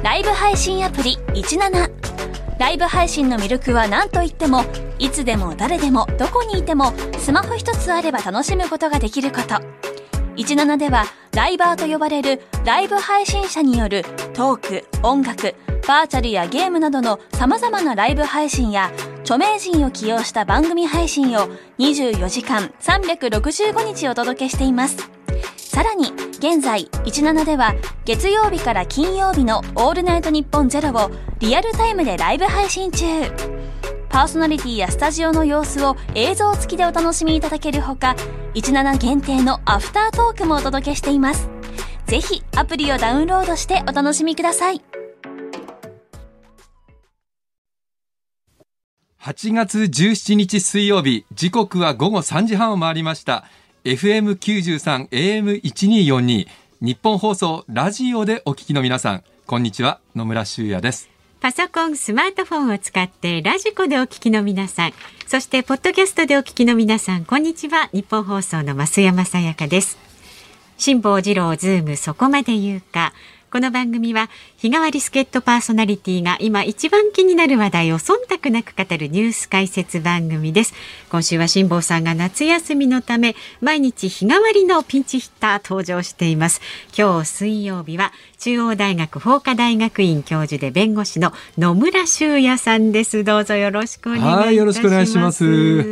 ライブ配信アプリ17。ライブ配信の魅力は何といっても、いつでも誰でもどこにいてもスマホ一つあれば楽しむことができること。17ではライバーと呼ばれるライブ配信者によるトーク、音楽、バーチャルやゲームなどの様々なライブ配信や著名人を起用した番組配信を24時間365日お届けしています。さらに現在17では月曜日から金曜日のオールナイトニッポンゼロをリアルタイムでライブ配信中。パーソナリティやスタジオの様子を映像付きでお楽しみいただけるほか、17限定のアフタートークもお届けしています。ぜひアプリをダウンロードしてお楽しみください。 8月17日水曜日、時刻は午後3時半を回りました。 FM93 AM1242 日本放送ラジオでお聞きの皆さん、こんにちは。野村修也です。 パソコン、スマートフォンを使ってラジコでお聞きの皆さん、そしてポッドキャストでお聞きの皆さん、こんにちは。日本放送の増山さやかです。辛坊治郎ズームそこまで言うか。この番組は日替わり助っ人パーソナリティが今一番気になる話題を忖度なく語るニュース解説番組です。今週は辛坊さんが夏休みのため毎日日替わりのピンチヒッター登場しています。今日水曜日は中央大学法科大学院教授で弁護士の野村修也さんです。どうぞよろしくお願いいたします。 はい、よろしくお願いします。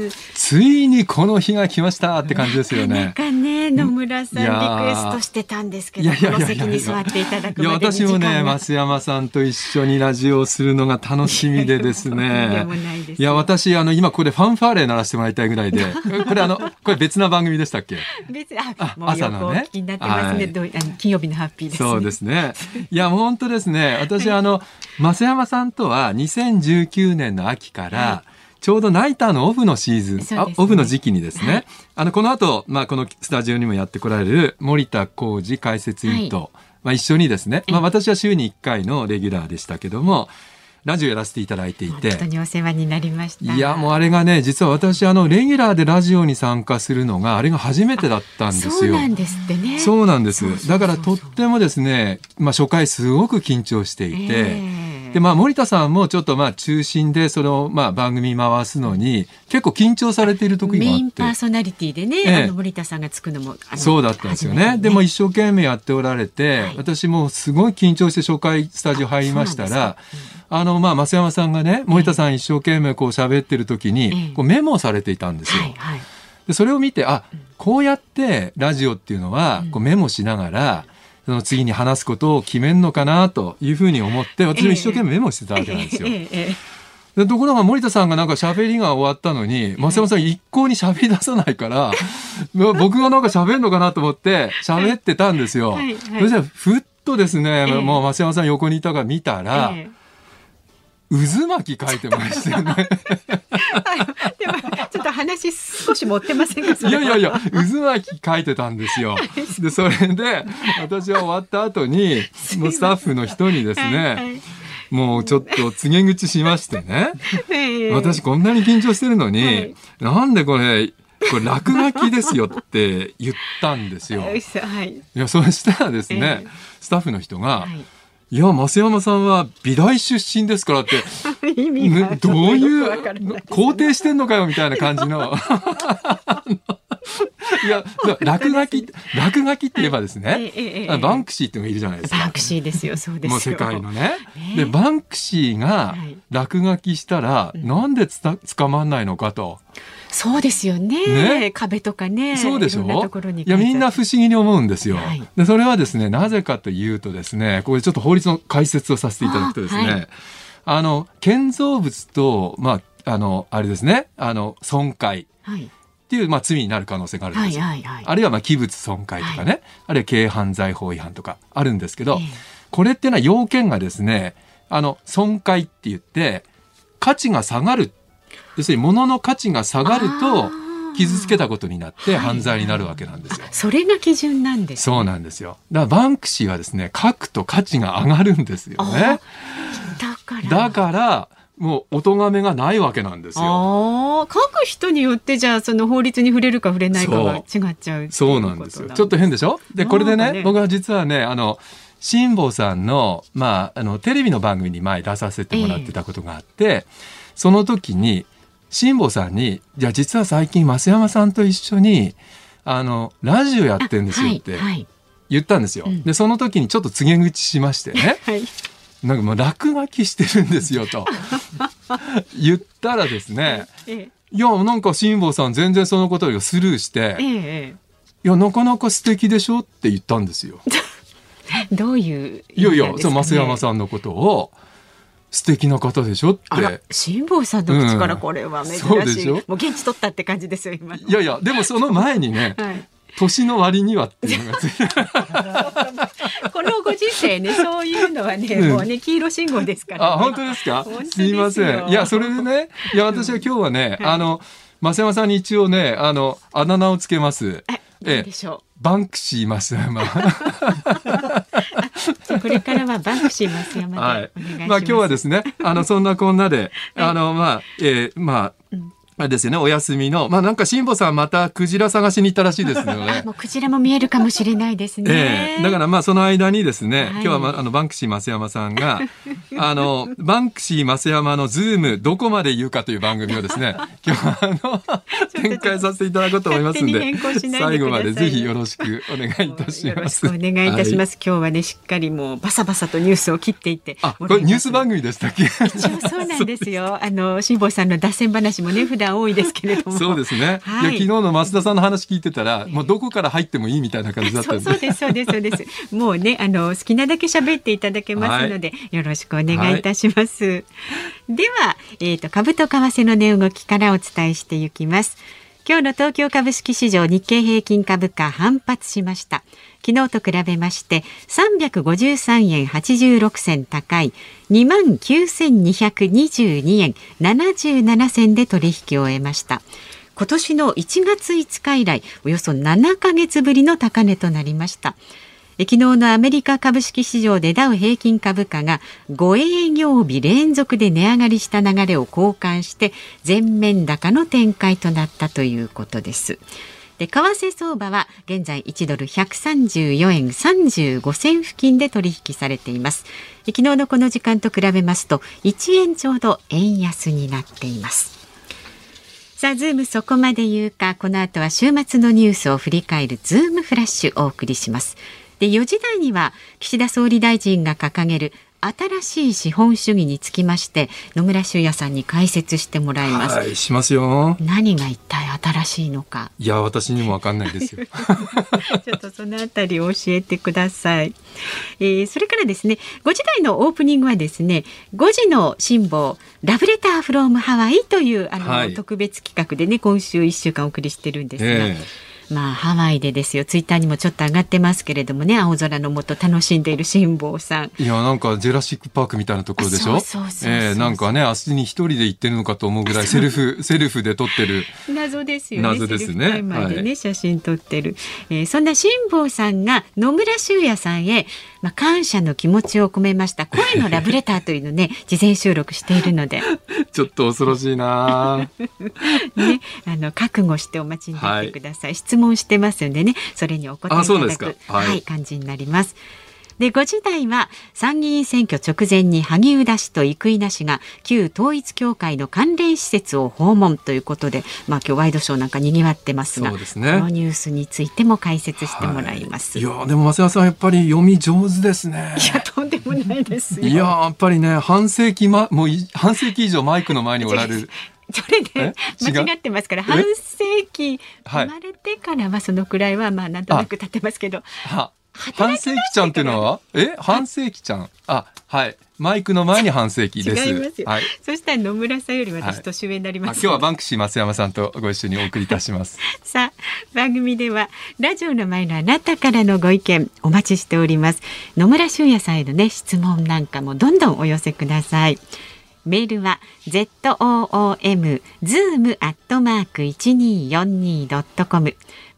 ついにこの日が来ましたって感じですよね。 なかなかね、野村さんリクエストしてたんですけど、この席に座っていただくまでに時間が。 私もね、増山さんと一緒にラジオをするのが楽しみでですね。いや、私今ここでファンファーレ鳴らしてもらいたいぐらいで、これ別な番組でしたっけ？ 別もう朝のね、気になってますね。金曜日のハッピーですね。 そうですね。いや、本当ですね。私増山さんとは2019年の秋から、ちょうどナイターのオフのシーズン、ね、オフの時期にですね、この後、このスタジオにもやってこられる森田浩二解説委員と、一緒にですね、私は週に1回のレギュラーでしたけども、ラジオやらせていただいていて、 本当にお世話になりました。 いや、もうあれがね、実は私レギュラーでラジオに参加するのがあれが初めてだったんですよ。 そうなんですってね。 そうなんです。だからとってもですね、初回すごく緊張していて、で森田さんもちょっと中心でその番組回すのに結構緊張されている時があって、 メインパーソナリティでね、森田さんがつくのもそうだったんですよね。でも一生懸命やっておられて、私もすごい緊張して初回スタジオ入りましたら、増山さんがね、森田さん一生懸命こう喋ってる時にこうメモをされていたんですよ。でそれを見て、こうやってラジオっていうのはこうメモしながら、その次に話すことを決めるのかなというふうに思って、私も一生懸命メモしてたわけなんですよ。でところが森田さんがなんか喋りが終わったのに、増山さん一向に喋り出さないから僕がなんか喋るのかなと思って喋ってたんですよ。そしたらふっとですね、もう増山さん横にいたから見たら、渦巻き書いてましたよね。 でもちょっと話少し持ってませんか？ いや渦巻き書いてたんですよ。でそれで私は終わった後にもうスタッフの人にですね、もうちょっと告げ口しましてね、私こんなに緊張してるのに、なんでこれ落書きですよって言ったんですよ。いや、そしたらですね、スタッフの人が、いや、増山さんは美大出身ですからってどういう肯定してんのかよみたいな感じのいや、落書きって言えばですね、バンクシーっていうのがいるじゃないですか。 バンクシーですよ。そうですよ。 もう世界のね。でバンクシーが落書きしたら、なんで捕まんないのかと。 そうですよね。壁とかね。 そうでしょ。 いろんなところにいや、みんな不思議に思うんですよ。でそれはですね、なぜかというとですね、これちょっと法律の解説をさせていただくとですね、建造物とあれですね、損壊っていう罪になる可能性があるんですよ。あるいは器物損壊とかね、あるいは軽犯罪法違反とかあるんですけど、これっていうのは要件がですね、損壊って言って価値が下がる、要するに物の価値が下がると傷つけたことになって犯罪になるわけなんですよ。 それが基準なんですね。 そうなんですよ。だからバンクシーはですね、書くと価値が上がるんですよね。だからもうお咎めがないわけなんですよ。 書く人によってじゃあその法律に触れるか触れないかが違っちゃう。 そうなんですよ。ちょっと変でしょ。でこれでね、僕は実はね、 辛坊さんの、テレビの番組に前出させてもらってたことがあって、その時に辛坊さんに、じゃあ実は最近増山さんと一緒にラジオやってるんですよって言ったんですよ。でその時にちょっと告げ口しましてね、なんかもう落書きしてるんですよと言ったらですね、いやなんか辛坊さん全然そのことをスルーして、いやなかなか素敵でしょって言ったんですよ。 どういう意味なんですかね。いやそう増山さんのことを素敵な方でしょって。 辛坊さんの口からこれは珍しい、そうでしょ。もう現地取ったって感じですよ今。 いやでもその前にね、年の割にはっていうのがこのご時世ね、そういうのはね、もうね黄色信号ですから、 ね。本当ですか。すいません。いやそれでね、私は今日はね、増山さんに一応ねあだ名をつけます。 何でしょう。 バンクシー増山。 これからはバンクシー増山でお願いします。 今日はですねそんなこんなであれですよね、お休みのなんか辛坊さんまたクジラ探しに行ったらしいですのでもうクジラも見えるかもしれないですね。 だからその間にですね、今日はバンクシー増山さんがバンクシー増山のズームどこまで言うかという番組をですね今日展開させていただこうと思いますので、最後までぜひよろしくお願いいたします。 よろしくお願いいたします。今日はねしっかりもうバサバサとニュースを切っていって、 これニュース番組でしたっけ。 一応そうなんですよ。辛坊さんの脱線話もね普段多いですけれども。 そうですね。いや昨日の増田さんの話聞いてたら、もうどこから入ってもいいみたいな感じだったんで。 そうですもうね好きなだけ喋っていただけますので、よろしくお願いいたします。では、株と為替の値動きからお伝えしていきます。今日の東京株式市場、日経平均株価反発しました。昨日と比べまして353円86銭高い 29,222 円77銭で取引を終えました。今年の1月5日以来およそ7ヶ月ぶりの高値となりました。昨日のアメリカ株式市場でダウ平均株価が5営業日連続で値上がりした流れを好感して全面高の展開となったということです。で、為替相場は現在1ドル134円35銭付近で取引されています。昨日のこの時間と比べますと1円ちょうど円安になっています。さあズームそこまで言うか、この後は週末のニュースを振り返るズームフラッシュお送りします。で4時台には岸田総理大臣が掲げる新しい資本主義につきまして野村修也さんに解説してもらいます。 はい、しますよ。 何が一体新しいのか、 いや私にも分かんないですよ。 ちょっとそのあたり教えてください。それからですね、5時台のオープニングはですね、5時の辛坊ラブレターフロームハワイという特別企画でね、今週1週間お送りしてるんですが、ハワイでですよ。ツイッターにもちょっと上がってますけれどもね、青空の下楽しんでいる辛坊さん。 いやなんかジェラシックパークみたいなところでしょ。なんかね明日に一人で行ってるのかと思うぐらいセルフで撮ってる謎ですよね。 謎ですね。 セルフタイマーでね、写真撮ってる、そんな辛坊さんが野村修也さんへ感謝の気持ちを込めました声のラブレターというのね事前収録しているのでちょっと恐ろしいな、 ね、覚悟してお待ちになってください。質問してますんでね、それにお答えいただく、感じになります。で5時台は参議院選挙直前に萩生田氏と生稲氏が旧統一教会の関連施設を訪問ということで、今日ワイドショーなんかにぎわってますが、そうですね、このニュースについても解説してもらいます。 いやでも増山さんやっぱり読み上手ですね。 いやとんでもないですよ。 いややっぱりね半世紀以上マイクの前におられる。 それで間違ってますから、半世紀生まれてからはそのくらいはなんとなく経ってますけど、 半世紀ちゃんっていうのは半世紀ちゃん、マイクの前に半世紀です。 違いますよ、そしたら野村さんより私年上になります、 今日はバンクシー増山さんとご一緒にお送りいたしますさあ番組ではラジオの前のあなたからのご意見お待ちしております。野村修也さんへのね質問なんかもどんどんお寄せください。メールは zoom@1242.com、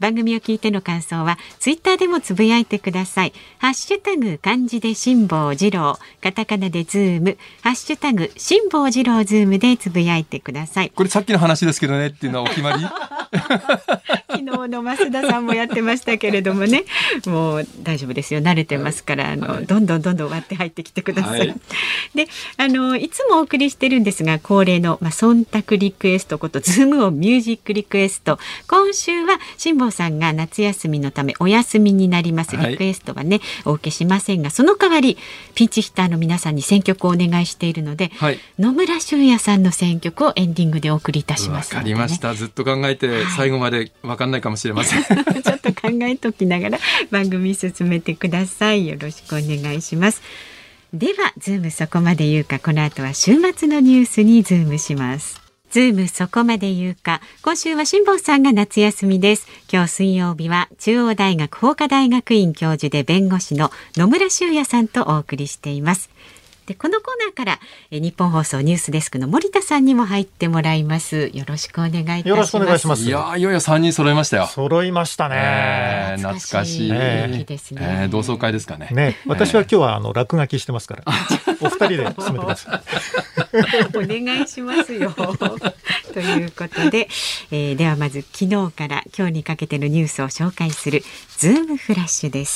番組を聞いての感想はツイッターでもつぶやいてください。ハッシュタグ漢字で辛坊治郎、カタカナでズーム、ハッシュタグ辛坊治郎ズームでつぶやいてください。 これさっきの話ですけどねっていうのはお決まり昨日の増田さんもやってましたけれどもね、もう大丈夫ですよ、慣れてますから、どんどん割って入ってきてください、はい、でいつもお送りしてるんですが、恒例の、忖度リクエストことズームオンミュージックリクエスト、今週は辛坊さんが夏休みのためお休みになります。リクエストはね、お受けしませんが、その代わりピンチヒッターの皆さんに選曲をお願いしているので、はい、野村修也さんの選曲をエンディングでお送りいたしますので、ね、 わかりました。ずっと考えて最後まで分かんないかもしれません、 ちょっと考えときながら番組進めてください。よろしくお願いします。ではズームそこまで言うか、この後は週末のニュースにズームします。ズームそこまで言うか、今週は辛坊さんが夏休みです。今日水曜日は中央大学法科大学院教授で弁護士の野村修也さんとお送りしています。でこのコーナーから日本放送ニュースデスクの森田さんにも入ってもらいます。よろしくお願いいたします。 よろしくお願いします。 いよいよ3人揃いましたよ。 揃いましたね。 懐かしい、 ですね。 同窓会ですかね。 私は今日は落書きしてますからお二人で進めてください。お願いしますよということで、ではまず昨日から今日にかけてのニュースを紹介するズームフラッシュです。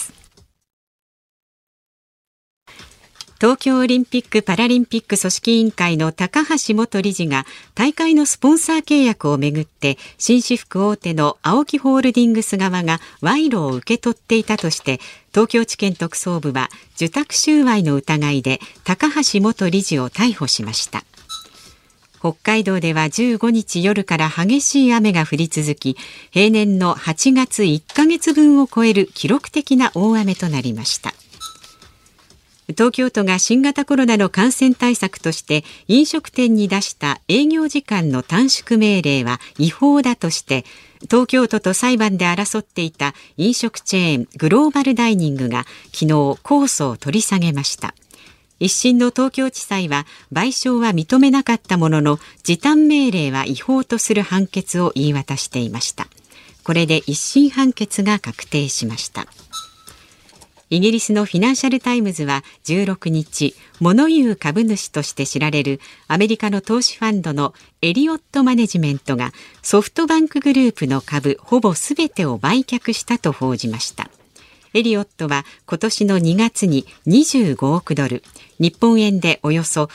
東京オリンピック・パラリンピック組織委員会の高橋元理事が大会のスポンサー契約をめぐって紳士服大手のＡＯＫＩホールディングス側が賄賂を受け取っていたとして、東京地検特捜部は受託収賄の疑いで高橋元理事を逮捕しました。北海道では15日夜から激しい雨が降り続き、平年の8月1ヶ月分を超える記録的な大雨となりました。東京都が新型コロナの感染対策として飲食店に出した営業時間の短縮命令は違法だとして、東京都と裁判で争っていた飲食チェーングローバルダイニングが昨日控訴を取り下げました。一審の東京地裁は賠償は認めなかったものの、時短命令は違法とする判決を言い渡していました。これで一審判決が確定しました。イギリスのフィナンシャルタイムズは16日、物言う株主として知られるアメリカの投資ファンドのエリオットマネジメントがソフトバンクグループの株ほぼすべてを売却したと報じました。エリオットは今年の2月に25億ドル、日本円でおよそ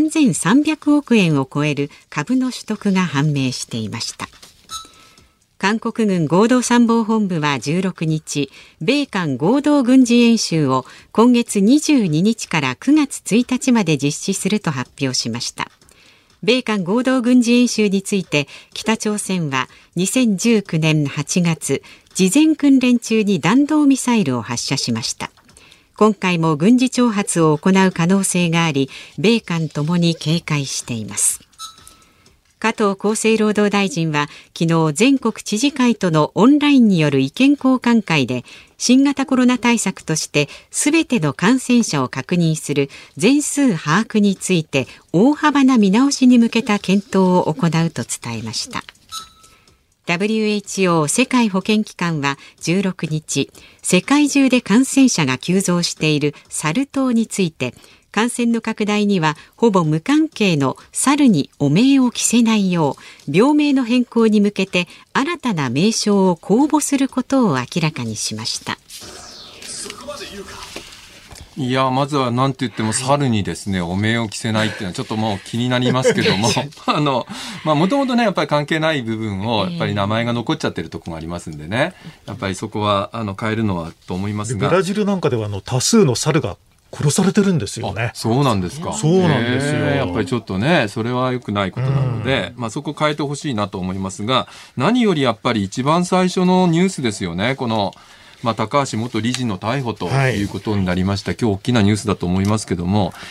3300億円を超える株の取得が判明していました。韓国軍合同参謀本部は16日、米韓合同軍事演習を今月22日から9月1日まで実施すると発表しました。米韓合同軍事演習について、北朝鮮は2019年8月、事前訓練中に弾道ミサイルを発射しました。今回も軍事挑発を行う可能性があり、米韓ともに警戒しています。加藤厚生労働大臣は昨日、全国知事会とのオンラインによる意見交換会で、新型コロナ対策としてすべての感染者を確認する全数把握について大幅な見直しに向けた検討を行うと伝えました。WHO 世界保健機関は16日、世界中で感染者が急増しているサル痘について、感染の拡大にはほぼ無関係の猿に汚名を着せないよう、病名の変更に向けて新たな名称を公募することを明らかにしました。 いや、まずは何て言っても猿にですね、汚名を着せないっていうのはちょっともう気になりますけどももともとね、やっぱり関係ない部分をやっぱり名前が残っちゃってるところがありますんでね、やっぱりそこは変えるのはと思いますが、 ブラジルなんかでは多数の猿が殺されてるんですよね。 そうなんですか。 そうなんですよ。 やっぱりちょっとね、それは良くないことなので、そこ変えてほしいなと思いますが、何よりやっぱり一番最初のニュースですよね。この高橋元理事の逮捕ということになりました。今日大きなニュースだと思いますけども、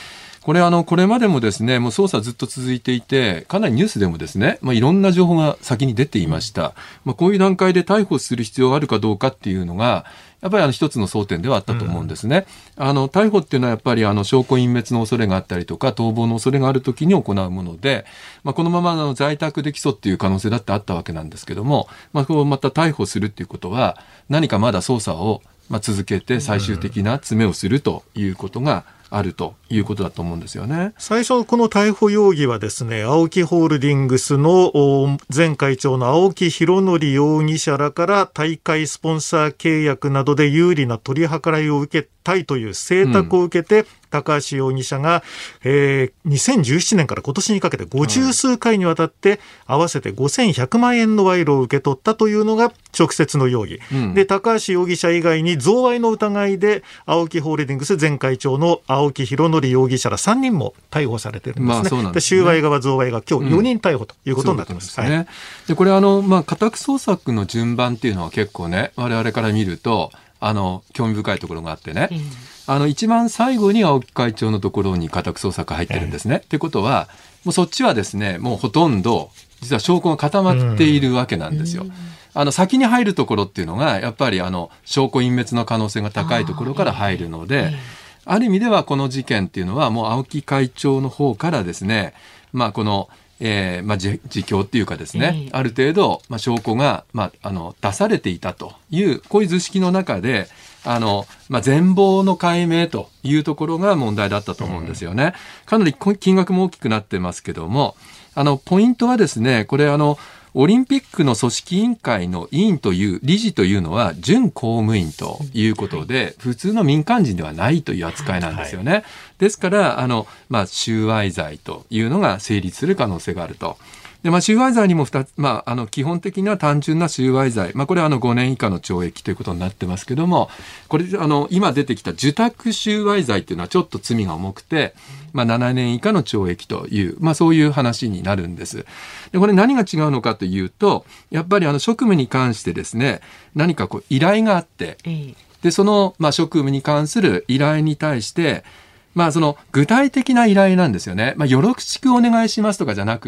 これこれまでもですね、もう捜査ずっと続いていて、かなりニュースでもですね、いろんな情報が先に出ていました。こういう段階で逮捕する必要があるかどうかっていうのが、やっぱり一つの争点ではあったと思うんですね。逮捕っていうのはやっぱり証拠隠滅の恐れがあったりとか、逃亡の恐れがあるときに行うもので、このまま在宅で起訴っていう可能性だってあったわけなんですけども、こうまた逮捕するっていうことは、何かまだ捜査を続けて最終的な詰めをするということがあるということだと思うんですよね。 最初この逮捕容疑はですね、ＡＯＫＩホールディングスの前会長の青木拡憲容疑者らから大会スポンサー契約などで有利な取り計らいを受けたいという請託を受けて、高橋容疑者が、2017年から今年にかけて50数回にわたって合わせて5100万円の賄賂を受け取ったというのが直接の容疑、で高橋容疑者以外に贈賄の疑いでＡＯＫＩホールディングス前会長の青木拡憲容疑者ら3人も逮捕されているんですね。 そうなんですね。 収賄側贈賄が今日4人逮捕ということになっています。 そうですね。でこれ家宅捜索の順番っていうのは結構ね、我々から見ると興味深いところがあってね、一番最後に青木会長のところに家宅捜索入ってるんですね。ってことはもうそっちはですね、もうほとんど実は証拠が固まっているわけなんですよ。先に入るところっていうのがやっぱり証拠隠滅の可能性が高いところから入るので、ある意味ではこの事件っていうのはもう青木会長の方からですね、この自供っていうかですね、ある程度、証拠が、出されていたというこういう図式の中で全貌の解明というところが問題だったと思うんですよね。かなり金額も大きくなってますけども、ポイントはですね、これオリンピックの組織委員会の委員という理事というのは準公務員ということで、普通の民間人ではないという扱いなんですよね。ですから収賄罪というのが成立する可能性があると。で収賄罪にも2つ、基本的には単純な収賄罪、これは5年以下の懲役ということになってますけども、これ今出てきた受託収賄罪というのはちょっと罪が重くて、7年以下の懲役という、そういう話になるんです。でこれ何が違うのかというと、やっぱり職務に関してですね、何か依頼があって、でその、職務に関する依頼に対してその具体的な依頼なんですよね。よろしくお願いしますとかじゃなくって、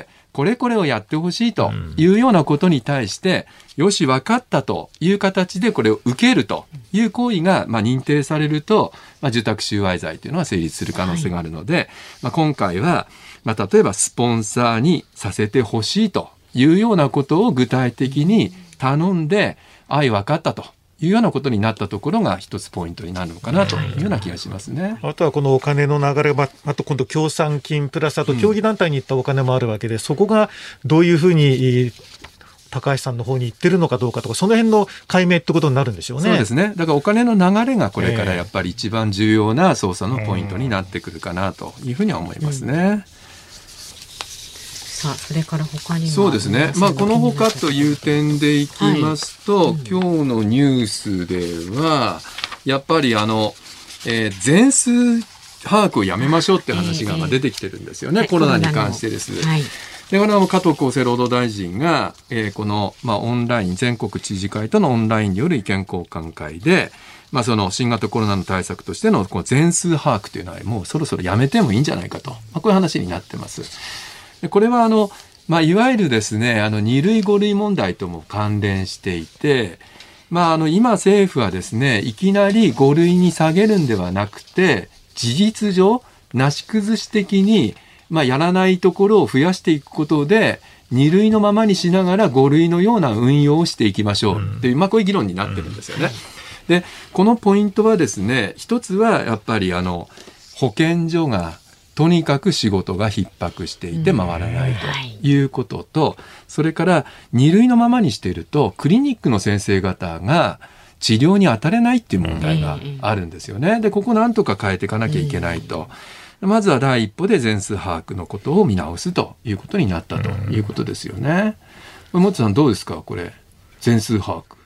これこれをやってほしいというようなことに対して、よし分かったという形でこれを受けるという行為が認定されると、受託収賄罪というのは成立する可能性があるので、今回は、例えばスポンサーにさせてほしいというようなことを具体的に頼んで、分かったというようなことになったところが一つポイントになるのかなというような気がしますね。 あとはこのお金の流れ、あと今度協賛金プラスあと競技団体に行ったお金もあるわけで、そこがどういうふうに高橋さんの方に行ってるのかどうかとか、その辺の解明ってことになるんでしょうね。 そうですね。だからお金の流れがこれからやっぱり一番重要な捜査のポイントになってくるかなというふうには思いますね。 さあそれから他にはそうですね、この他という点でいきますと、今日のニュースではやっぱり全数把握をやめましょうって話が出てきてるんですよね、コロナに関してです。でこの加藤厚生労働大臣が、この、オンライン全国知事会とのオンラインによる意見交換会で、その新型コロナの対策としてのこの全数把握というのはもうそろそろやめてもいいんじゃないかと、こういう話になってます。でこれはいわゆるですね2類5類問題とも関連していて、今政府はですねいきなり5類に下げるんではなくて、事実上なし崩し的にやらないところを増やしていくことで2類のままにしながら5類のような運用をしていきましょうっていう、こういう議論になってるんですよね。でこのポイントはですね、一つはやっぱり保健所がとにかく仕事が逼迫していて回らないということと、それから2類のままにしているとクリニックの先生方が治療に当たれないっていう問題があるんですよね。でここなんとか変えていかなきゃいけないと、まずは第一歩で全数把握のことを見直すということになったということですよね。本さんどうですか、これ全数把握。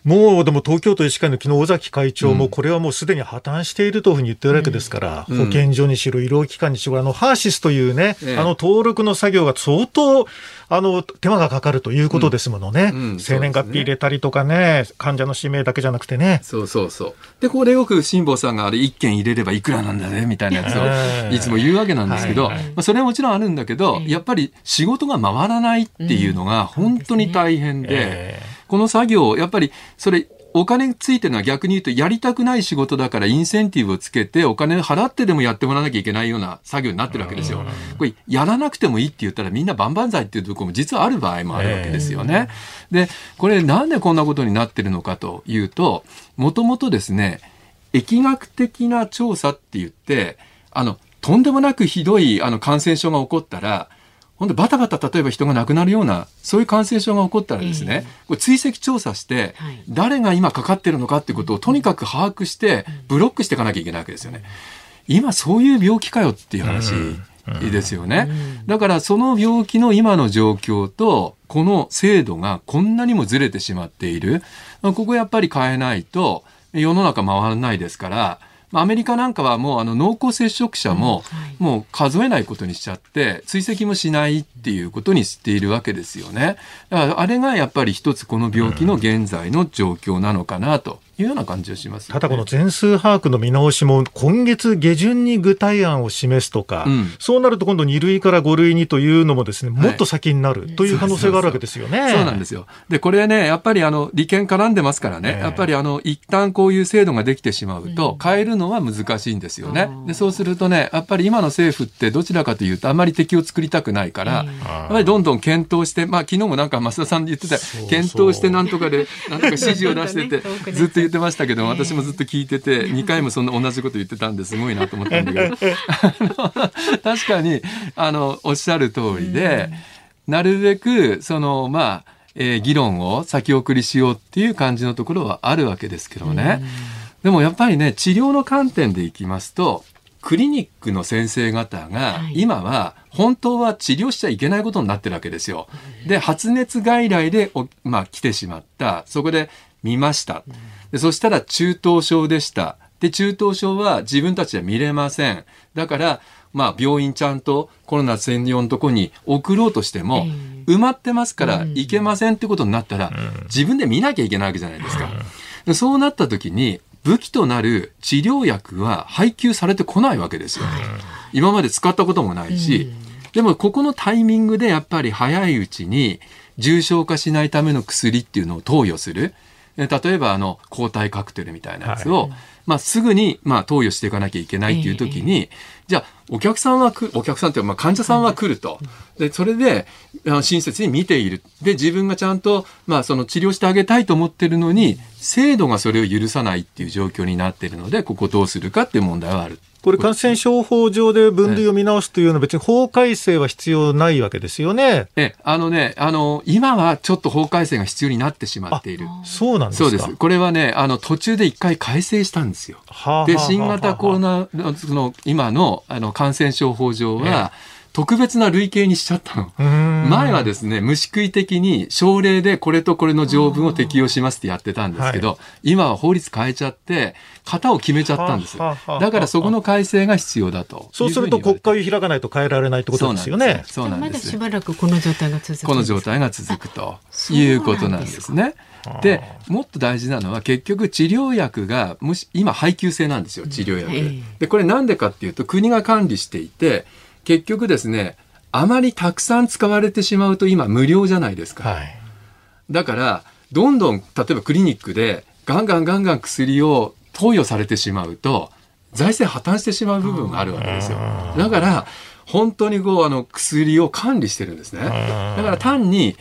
もうでも東京都医師会の昨日尾崎会長もこれはもうすでに破綻しているというふうに言ってるわけですから、保健所にしろ医療機関にしろハーシスというね、登録の作業が相当手間がかかるということですものね、生年月日入れたりとかね、患者の氏名だけじゃなくてね。 そうでこれよく辛坊さんが1件入れればいくらなんだねみたいなやつをいつも言うわけなんですけど、それはもちろんあるんだけど、やっぱり仕事が回らないっていうのが本当に大変で、この作業やっぱりそれお金ついてるのは逆に言うとやりたくない仕事だからインセンティブをつけてお金払ってでもやってもらわなきゃいけないような作業になってるわけですよ。これやらなくてもいいって言ったらみんな万々歳っていうところも実はある場合もあるわけですよね。でこれなんでこんなことになってるのかというと、もともとですね疫学的な調査って言ってとんでもなくひどい感染症が起こったら本当バタバタ例えば人が亡くなるようなそういう感染症が起こったらですね、これ追跡調査して誰が今かかってるのかっていうことをとにかく把握してブロックしていかなきゃいけないわけですよね。今そういう病気かよっていう話ですよね。だからその病気の今の状況とこの制度がこんなにもずれてしまっている、ここやっぱり変えないと世の中回らないですから、アメリカなんかはもう濃厚接触者ももう数えないことにしちゃって追跡もしないっていうことにしているわけですよね。だからあれがやっぱり一つこの病気の現在の状況なのかなというような感じがします、ね。 ただこの全数把握の見直しも今月下旬に具体案を示すとか、そうなると今度2類から5類にというのもですね、もっと先になるという可能性があるわけですよね。 そうなんですよ。でこれねやっぱり利権絡んでますからね、やっぱり一旦こういう制度ができてしまうと変えるのは難しいんですよね。でそうするとねやっぱり今の政府ってどちらかというとあまり敵を作りたくないから、やっぱりどんどん検討して、昨日もなんか増田さん言ってた検討してなんとかでなんとか指示を出しててずっと言ってましたけど、私もずっと聞いてて2回もそんな同じこと言ってたんですごいなと思ったんだけど確かにおっしゃる通りで、なるべく議論を先送りしようっていう感じのところはあるわけですけどね。でもやっぱりね治療の観点でいきますとクリニックの先生方が今は本当は治療しちゃいけないことになってるわけですよ。で発熱外来で来てしまった、そこで見ました。でそしたら中等症でした。で中等症は自分たちは見れません。だから病院ちゃんとコロナ専用のとこに送ろうとしても埋まってますから行けませんってことになったら自分で見なきゃいけないわけじゃないですか。でそうなった時に武器となる治療薬は配給されてこないわけですよ。今まで使ったこともないし、でもここのタイミングでやっぱり早いうちに重症化しないための薬っていうのを投与する。例えば抗体カクテルみたいなやつを、すぐに投与していかなきゃいけないっていう時に、じゃあお客さんって患者さんは来ると。でそれで親切に見ている。で自分がちゃんとその治療してあげたいと思ってるのに制度がそれを許さないっていう状況になっているので、ここどうするかっていう問題はある。 これ感染症法上で分類を見直すというのは別に法改正は必要ないわけですよね。 今はちょっと法改正が必要になってしまっている。 そうなんですか。 そうです。これはね途中で一回改正したんですよ。で新型コロナの今の感染症法上は、特別な類型にしちゃったの。前はですね虫食い的に省令でこれとこれの条文を適用しますってやってたんですけど、今は法律変えちゃって型を決めちゃったんです。だからそこの改正が必要だと。 そうすると国会を開かないと変えられないってことですよね。 そうなんです。まだしばらくこの状態が続く。 この状態が続くということなんですね。でもっと大事なのは結局治療薬が今配給制なんですよ、治療薬。でこれなんでかっていうと国が管理していて、結局ですねあまりたくさん使われてしまうと今無料じゃないですか。だからどんどん例えばクリニックでガンガン薬を投与されてしまうと財政破綻してしまう部分があるわけですよ。だから本当に薬を管理してるんですね。だから単に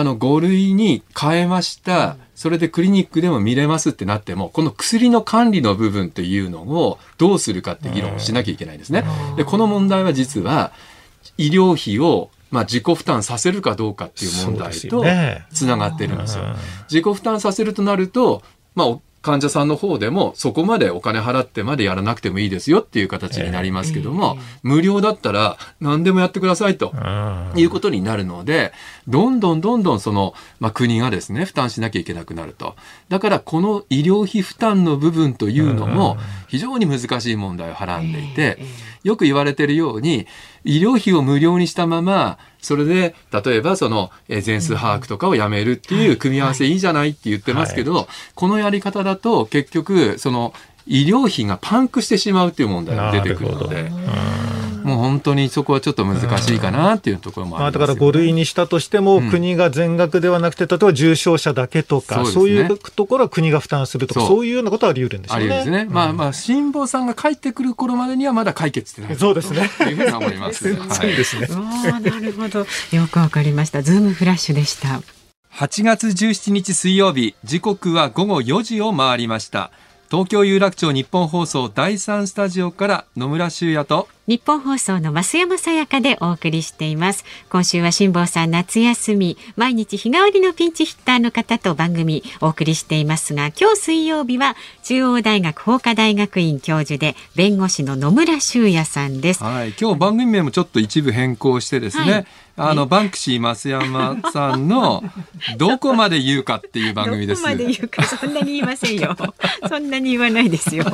5類に変えました、それでクリニックでも見れますってなっても、この薬の管理の部分っていうのをどうするかって議論をしなきゃいけないんですね。でこの問題は実は医療費を自己負担させるかどうかっていう問題とつながってるんですよ。自己負担させるとなると、 患者さんの方でもそこまでお金払ってまでやらなくてもいいですよっていう形になりますけども、無料だったら何でもやってくださいということになるので、どんどんその、国がですね負担しなきゃいけなくなると。だからこの医療費負担の部分というのも非常に難しい問題をはらんでいて、よく言われているように医療費を無料にしたままそれで例えばその全数把握とかをやめるっていう組み合わせいいじゃないって言ってますけど、このやり方だと結局その医療費がパンクしてしまうっていう問題が出てくるので、もう本当にそこはちょっと難しいかなっていうところもありますよね。 だから5類にしたとしても、国が全額ではなくて例えば重症者だけとか、そういうところは国が負担するとか、そういうようなことはあり得るんでしょうね。 あり得るんですね。辛坊さんが帰ってくる頃までにはまだ解決してない。 そうですね。 というふうに思います。 そうですね。 なるほど。よくわかりました。ズームフラッシュでした。 8月17日水曜日、時刻は午後4時を回りました。東京有楽町日本放送第3スタジオから野村修也と日本放送の増山さやかでお送りしています。今週は辛坊さん夏休み、毎日日替わりのピンチヒッターの方と番組お送りしていますが、今日水曜日は中央大学法科大学院教授で弁護士の野村修也さんです。 はい、今日番組名もちょっと一部変更してですね、バンクシー増山さんのどこまで言うかっていう番組です。 どこまで言うか、そんなに言いませんよ。そんなに言わないですよ。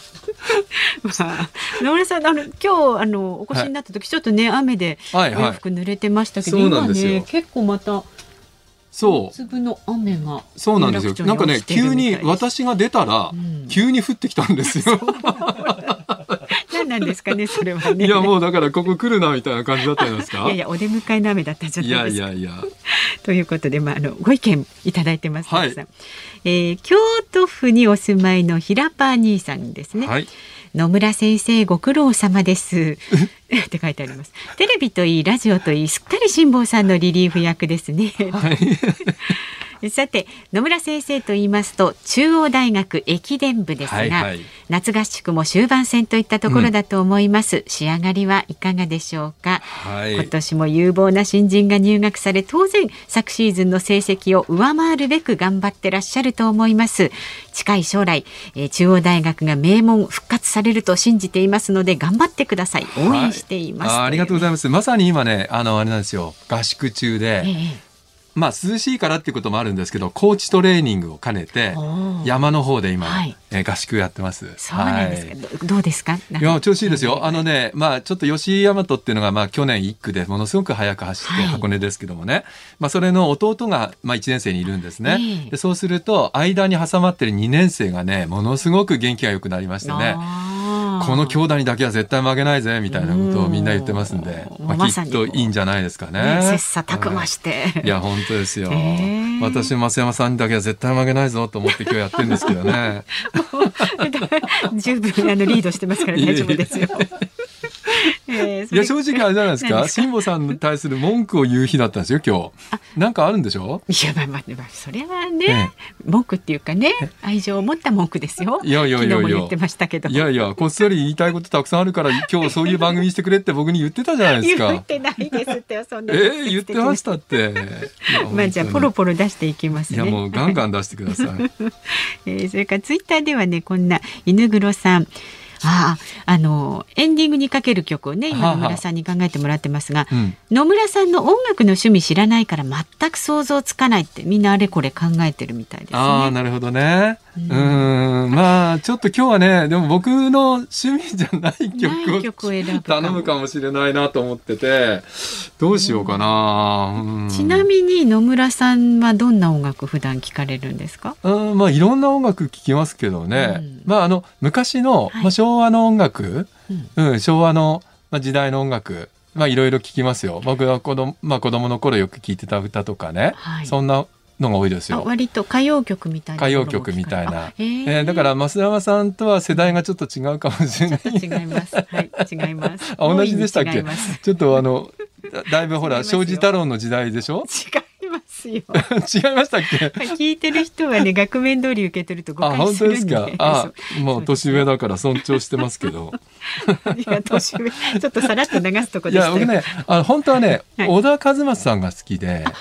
野村さん、今日お越しになった時、ちょっとね雨でお洋服濡れてましたけど、今ね結構また大粒の雨がそうなんですよ。なんかね、急に私が出たら、急に降ってきたんですよ。 何なんですかね、それはね。 いや、もうだからここ来るなみたいな感じだったんですか。 いやお出迎えの雨だったんじゃないですか。 いやということで、ご意見いただいてます。京都府にお住まいのひらぱー兄さんですね。野村先生ご苦労様ですって書いてあります。テレビといいラジオといい、すっかり辛坊さんのリリーフ役ですね。さて、野村先生と言いますと中央大学駅伝部ですが、夏合宿も終盤戦といったところだと思います。仕上がりはいかがでしょうか。今年も有望な新人が入学され、当然昨シーズンの成績を上回るべく頑張ってらっしゃると思います。近い将来、中央大学が名門復活されると信じていますので、頑張ってください。応援しています。 ありがとうございます。まさに今ね、あれなんですよ、合宿中で、涼しいからっていうこともあるんですけど、高地トレーニングを兼ねて山の方で今、合宿やってます。 そうなんですか。どうですか。 いや、調子いいですよ。ちょっと吉井大和っていうのが去年1区でものすごく速く走って箱根ですけどもね、それの弟が1年生にいるんですね。でそうすると間に挟まってる2年生がね、ものすごく元気が良くなりましてね、この兄弟にだけは絶対負けないぜみたいなことをみんな言ってますんで、きっといいんじゃないですかね。 切磋琢磨して、 いや本当ですよ。私増山さんにだけは絶対負けないぞと思って今日やってるんですけどね。 十分リードしてますから大丈夫ですよ。 いや正直あれじゃないですか、辛坊さんに対する文句を言う日だったんですよ今日。なんかあるんでしょ。 いやそれはね、文句っていうかね、愛情を持った文句ですよ。昨日も言ってましたけど。 いやこっそり言いたいことたくさんあるから今日そういう番組してくれって僕に言ってたじゃないですか。 言ってないですって。そんな言ってましたって。 じゃあポロポロ出していきますね。 いやもうガンガン出してください。 それからツイッターではね、こんな犬黒さん、エンディングにかける曲をね、今野村さんに考えてもらってますが、野村さんの音楽の趣味知らないから全く想像つかないって、みんなあれこれ考えてるみたいですね。 なるほどね。ちょっと今日はね、でも僕の趣味じゃない曲を頼むかもしれないなと思ってて、どうしようかな。 ちなみに野村さんはどんな音楽普段聴かれるんですか。 いろんな音楽聴きますけどね、昔の、昭和の音楽、昭和の、時代の音楽、いろいろ聴きますよ。僕は子供の頃よく聴いてた歌とかね、そんなのが多いですよ。 割と歌謡曲みたいな。 歌謡曲みたいな。だから増山さんとは世代がちょっと違うかもしれない。 違います。違います。 同じでしたっけ。ちょっとだいぶほら庄司太郎の時代でしょ。 違いますよ。 違いましたっけ。 聞いてる人はね、額面通り受け取ると誤解するんで。 本当ですか。もう年上だから尊重してますけど。 いや年上、ちょっとさらっと流すとこでしたよ。 いや僕ね、本当はね、小田和正さんが好きで。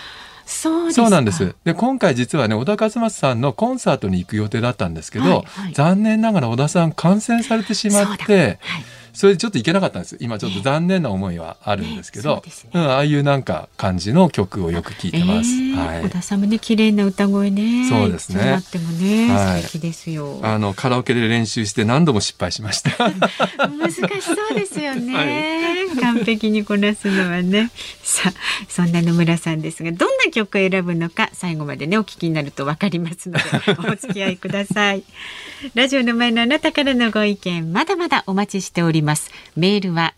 そうですか。 そうなんです。で、今回実はね、小田和正さんのコンサートに行く予定だったんですけど、 はいはい、 残念ながら小田さん感染されてしまって、それでちょっと行けなかったんです。今ちょっと残念な思いはあるんですけど、ああいうなんか感じの曲をよく聴いてます。はい、 小田さんもね、綺麗な歌声ね。 そうですね。 なってもね、はい、素敵ですよ。 カラオケで練習して何度も失敗しました。 難しそうですよね。はい、完璧にこなすのはね。さあ、そんな野村さんですが、どんな曲を選ぶのか最後までね、お聞きになると分かりますので、お付き合いください。ラジオの前のあなたからのご意見、まだまだお待ちしております。メールは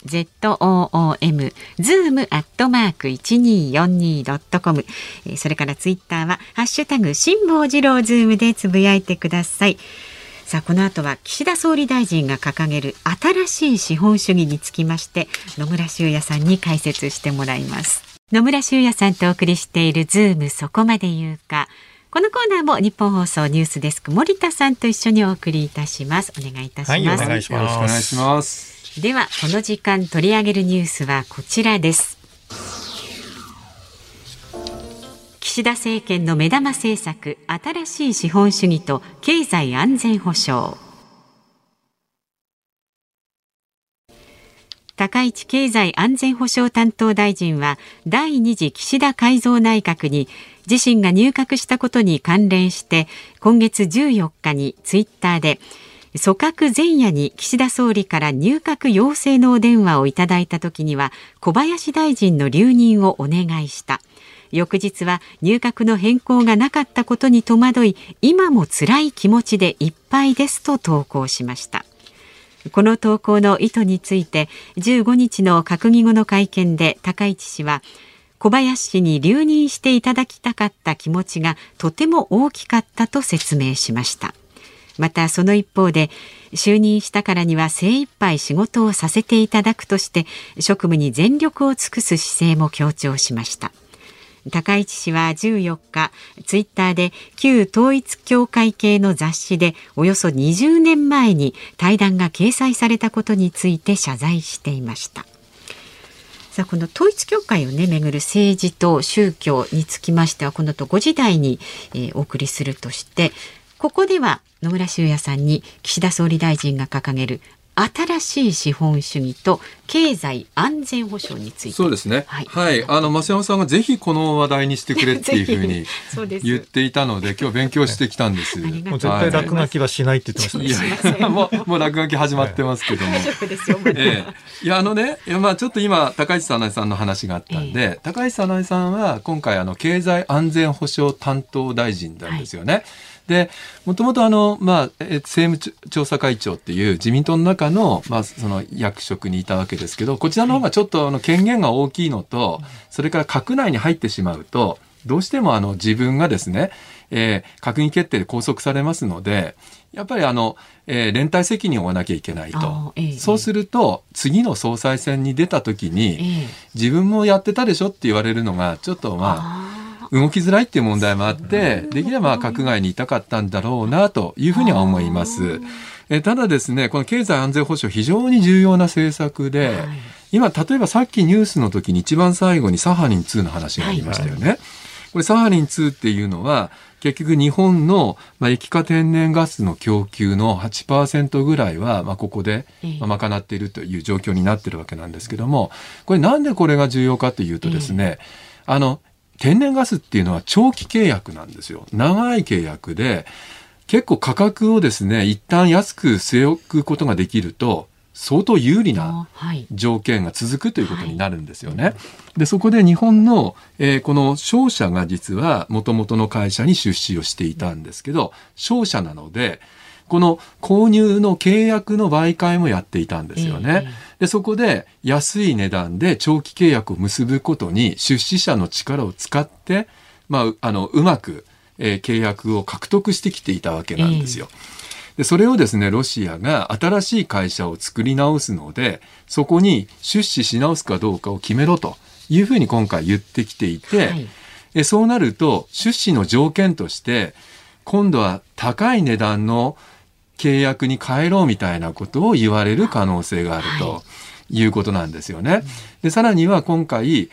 zoom@1242.com、それからツイッターはハッシュタグ辛坊治郎ズームでつぶやいてください。さあ、この後は岸田総理大臣が掲げる新しい資本主義につきまして野村修也さんに解説してもらいます。野村修也さんとお送りしているズームそこまで言うか。このコーナーも日本放送ニュースデスク森田さんと一緒にお送りいたします。お願いいたします。 はい、お願いします。 よろしくお願いします。 では、この時間取り上げるニュースはこちらです。岸田政権の目玉政策、新しい資本主義と経済安全保障。高市経済安全保障担当大臣は第2次岸田改造内閣に自身が入閣したことに関連して今月14日にツイッターで組閣前夜に岸田総理から入閣要請のお電話をいただいた時には小林大臣の留任をお願いした。翌日は入閣の変更がなかったことに戸惑い、今も辛い気持ちでいっぱいですと投稿しました。この投稿の意図について15日の閣議後の会見で高市氏は、小林氏に留任していただきたかった気持ちがとても大きかったと説明しました。またその一方で、就任したからには精一杯仕事をさせていただくとして職務に全力を尽くす姿勢も強調しました。高市氏は14日ツイッターで旧統一教会系の雑誌でおよそ20年前に対談が掲載されたことについて謝罪していました。さあ、この統一教会をめぐる政治と宗教につきましてはこの後5時台に、お送りするとして、ここでは野村修也さんに岸田総理大臣が掲げる新しい資本主義と経済安全保障について。 そうですね。はい。はい、増山さんがぜひこの話題にしてくれっていうふうに言っていたので、今日勉強してきたんです。 もう絶対落書きはしないって言ってました、ね。 いやもう落書き始まってますけども。 大丈夫ですよ。 いやちょっと今高市早苗さんの話があったんで、高市早苗さんは今回経済安全保障担当大臣なんですよね。で、もともと政務調査会長っていう自民党の中の、その役職にいたわけですけど、こちらの方がちょっと権限が大きいのと、それから閣内に入ってしまうと、どうしても自分がですね、閣議決定で拘束されますので、やっぱり連帯責任を負わなきゃいけないと。そうすると、次の総裁選に出た時に、自分もやってたでしょって言われるのが、ちょっと動きづらいっていう問題もあって、できれば閣外にいたかったんだろうなというふうには思います。ただですね、この経済安全保障非常に重要な政策で、今例えばさっきニュースの時に一番最後にサハリン2の話がありましたよね。これサハリン2っていうのは結局日本の液化天然ガスの供給の 8% ぐらいはここで賄っているという状況になっているわけなんですけども、これなんでこれが重要かというとですね、天然ガスっていうのは長期契約なんですよ。長い契約で、結構価格をですね、一旦安く据え置くことができると、相当有利な条件が続くということになるんですよね。で、そこで日本の、この商社が実は元々の会社に出資をしていたんですけど、商社なので、この購入の契約の媒介もやっていたんですよね。で、そこで安い値段で長期契約を結ぶことに出資者の力を使って、うまく、契約を獲得してきていたわけなんですよ。で、それをですね、ロシアが新しい会社を作り直すので、そこに出資し直すかどうかを決めろというふうに今回言ってきていて、そうなると出資の条件として、今度は高い値段の契約に変えろみたいなことを言われる可能性があるということなんですよね。で、さらには今回、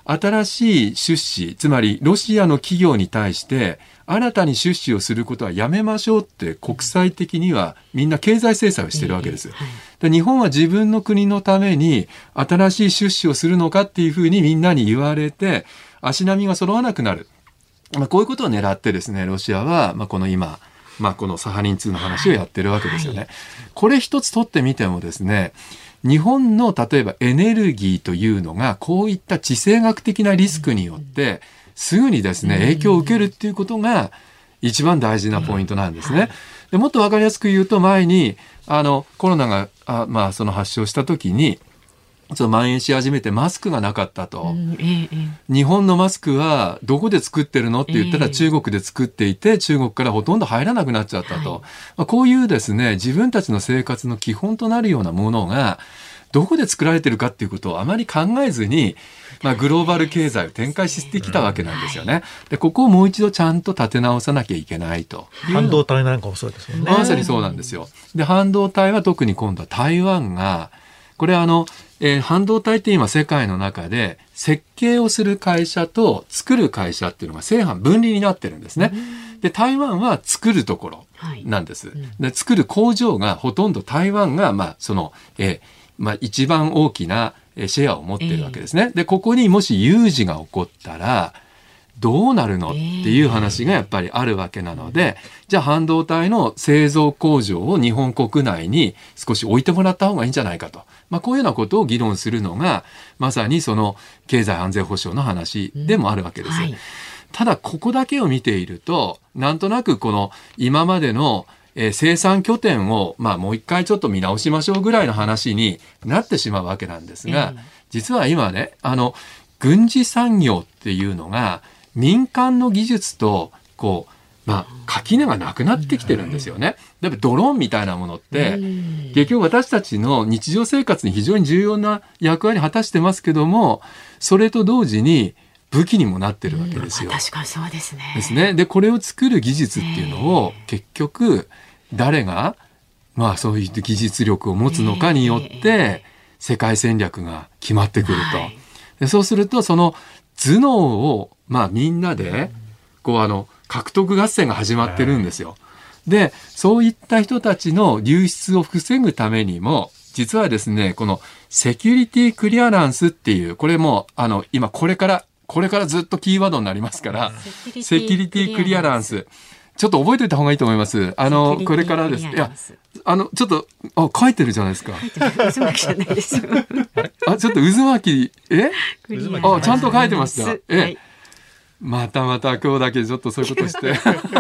新しい出資、つまりロシアの企業に対して新たに出資をすることはやめましょうって国際的にはみんな経済制裁をしてるわけです。で日本は自分の国のために新しい出資をするのかっていうふうにみんなに言われて足並みが揃わなくなる。こういうことを狙ってですね、ロシアはこの今、このサハリン2の話をやってるわけですよね。これ一つ取ってみてもですね、日本の例えばエネルギーというのがこういった地政学的なリスクによってすぐにですね影響を受けるっていうことが一番大事なポイントなんですね。でもっと分かりやすく言うと、前にコロナがその発症した時に蔓延し始めてマスクがなかったと、日本のマスクはどこで作ってるのって言ったら中国で作っていて中国からほとんど入らなくなっちゃったと、こういうですね自分たちの生活の基本となるようなものがどこで作られてるかっていうことをあまり考えずに、グローバル経済を展開してきたわけなんですよね。でここをもう一度ちゃんと立て直さなきゃいけないと。 半導体なんかもそうですよね。 まさにそうなんですよ。で半導体は特に今度は台湾がこれ半導体って今世界の中で設計をする会社と作る会社っていうのが正反分離になってるんですね。で台湾は作るところなんです。で作る工場がほとんど台湾が一番大きなシェアを持っているわけですね。でここにもし有事が起こったらどうなるのっていう話がやっぱりあるわけなので、じゃあ半導体の製造工場を日本国内に少し置いてもらった方がいいんじゃないかと、こういうようなことを議論するのがまさにその経済安全保障の話でもあるわけです。ただここだけを見ているとなんとなくこの今までの生産拠点をもう一回ちょっと見直しましょうぐらいの話になってしまうわけなんですが、実は今ね軍事産業っていうのが民間の技術と垣根がなくなってきてるんですよね。だってドローンみたいなものって結局私たちの日常生活に非常に重要な役割を果たしてますけども、それと同時に武器にもなってるわけですよ。 確かにそうですね。 ですね。でこれを作る技術っていうのを結局誰がそういう技術力を持つのかによって世界戦略が決まってくると。でそうするとその頭脳をみんなで獲得合戦が始まってるんですよ。でそういった人たちの流出を防ぐためにも実はですねこのセキュリティクリアランスっていうこれも今これからずっとキーワードになりますからセキュリティクリアランスちょっと覚えておいた方がいいと思います。これからです。いやちょっと書いてるじゃないですか。 渦巻きじゃないですよ。 ちょっと渦巻きちゃんと書いてました。また今日だけちょっとそういうことして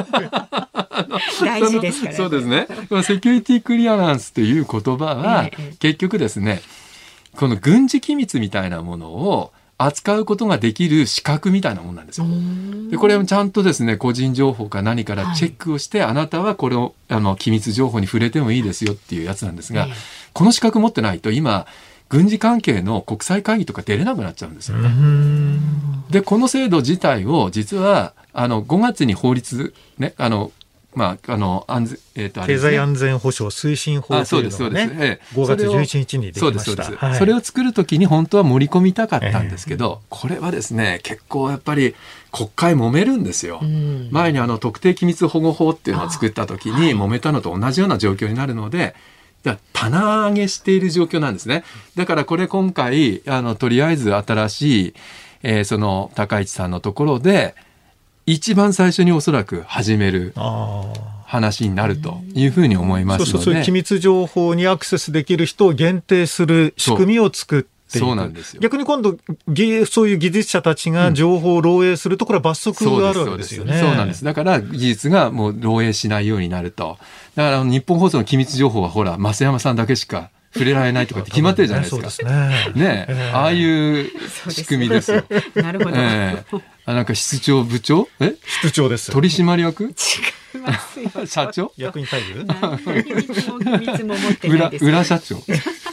大事ですからね。 そうですね。このセキュリティクリアランスという言葉は結局ですねこの軍事機密みたいなものを扱うことができる資格みたいなものなんですよ。でこれをちゃんとですね個人情報か何からチェックをして、あなたはこれを機密情報に触れてもいいですよっていうやつなんですが、この資格持ってないと今軍事関係の国際会議とか出れなくなっちゃうんですよね。でこの制度自体を実は5月に法律ね経済安全保障推進法というのがね5月11日にできました。 それを作るときに本当は盛り込みたかったんですけど、これはですね結構やっぱり国会揉めるんですよ。前に特定機密保護法っていうのを作ったときに揉めたのと同じような状況になるので棚上げしている状況なんですね。だからこれ今回とりあえず新しい、その高市さんのところで一番最初におそらく始める話になるというふうに思いますので、 そういう機密情報にアクセスできる人を限定する仕組みを作っていく。 そうなんですよ。 逆に今度そういう技術者たちが情報を漏洩するとこれは罰則があるわけですよね。 そうなんです。だから技術がもう漏洩しないようになると。だから日本放送の機密情報はほら増山さんだけしか触れられないとかって決まってるじゃないですか。 そうですね。 ああいう仕組みですよ。 なるほど。 なんか室長部長室長です。 取締役違いますよ。 社長役員待遇裏社長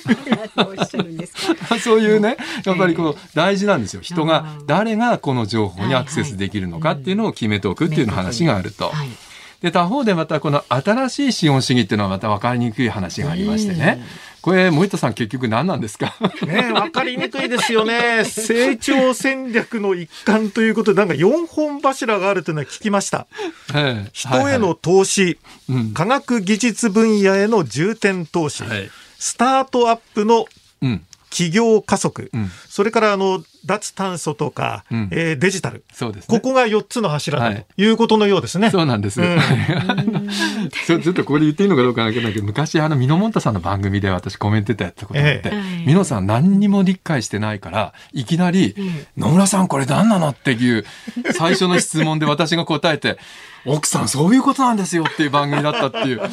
そういうねやっぱりこう大事なんですよ。人が誰がこの情報にアクセスできるのかっていうのを決めておくっていうの話があると。で他方でまたこの新しい資本主義っていうのはまた分かりにくい話がありましてね、 これ森田さん結局何なんですかね、分かりにくいですよね。成長戦略の一環ということで、なんか4本柱があるというのは聞きました。人への投資、科学技術分野への重点投資、スタートアップの企業加速、それから脱炭素とか、デジタル、そうですね、ここが4つの柱だということのようですね。 そうなんです。ちょっとここで言っていいのかどうかわからないけど、昔箕本さんの番組で私コメンテーターやったことがあって、箕さん何にも理解してないからいきなり、野村さんこれ何なのっていう最初の質問で私が答えて奥さんそういうことなんですよっていう番組だったっていう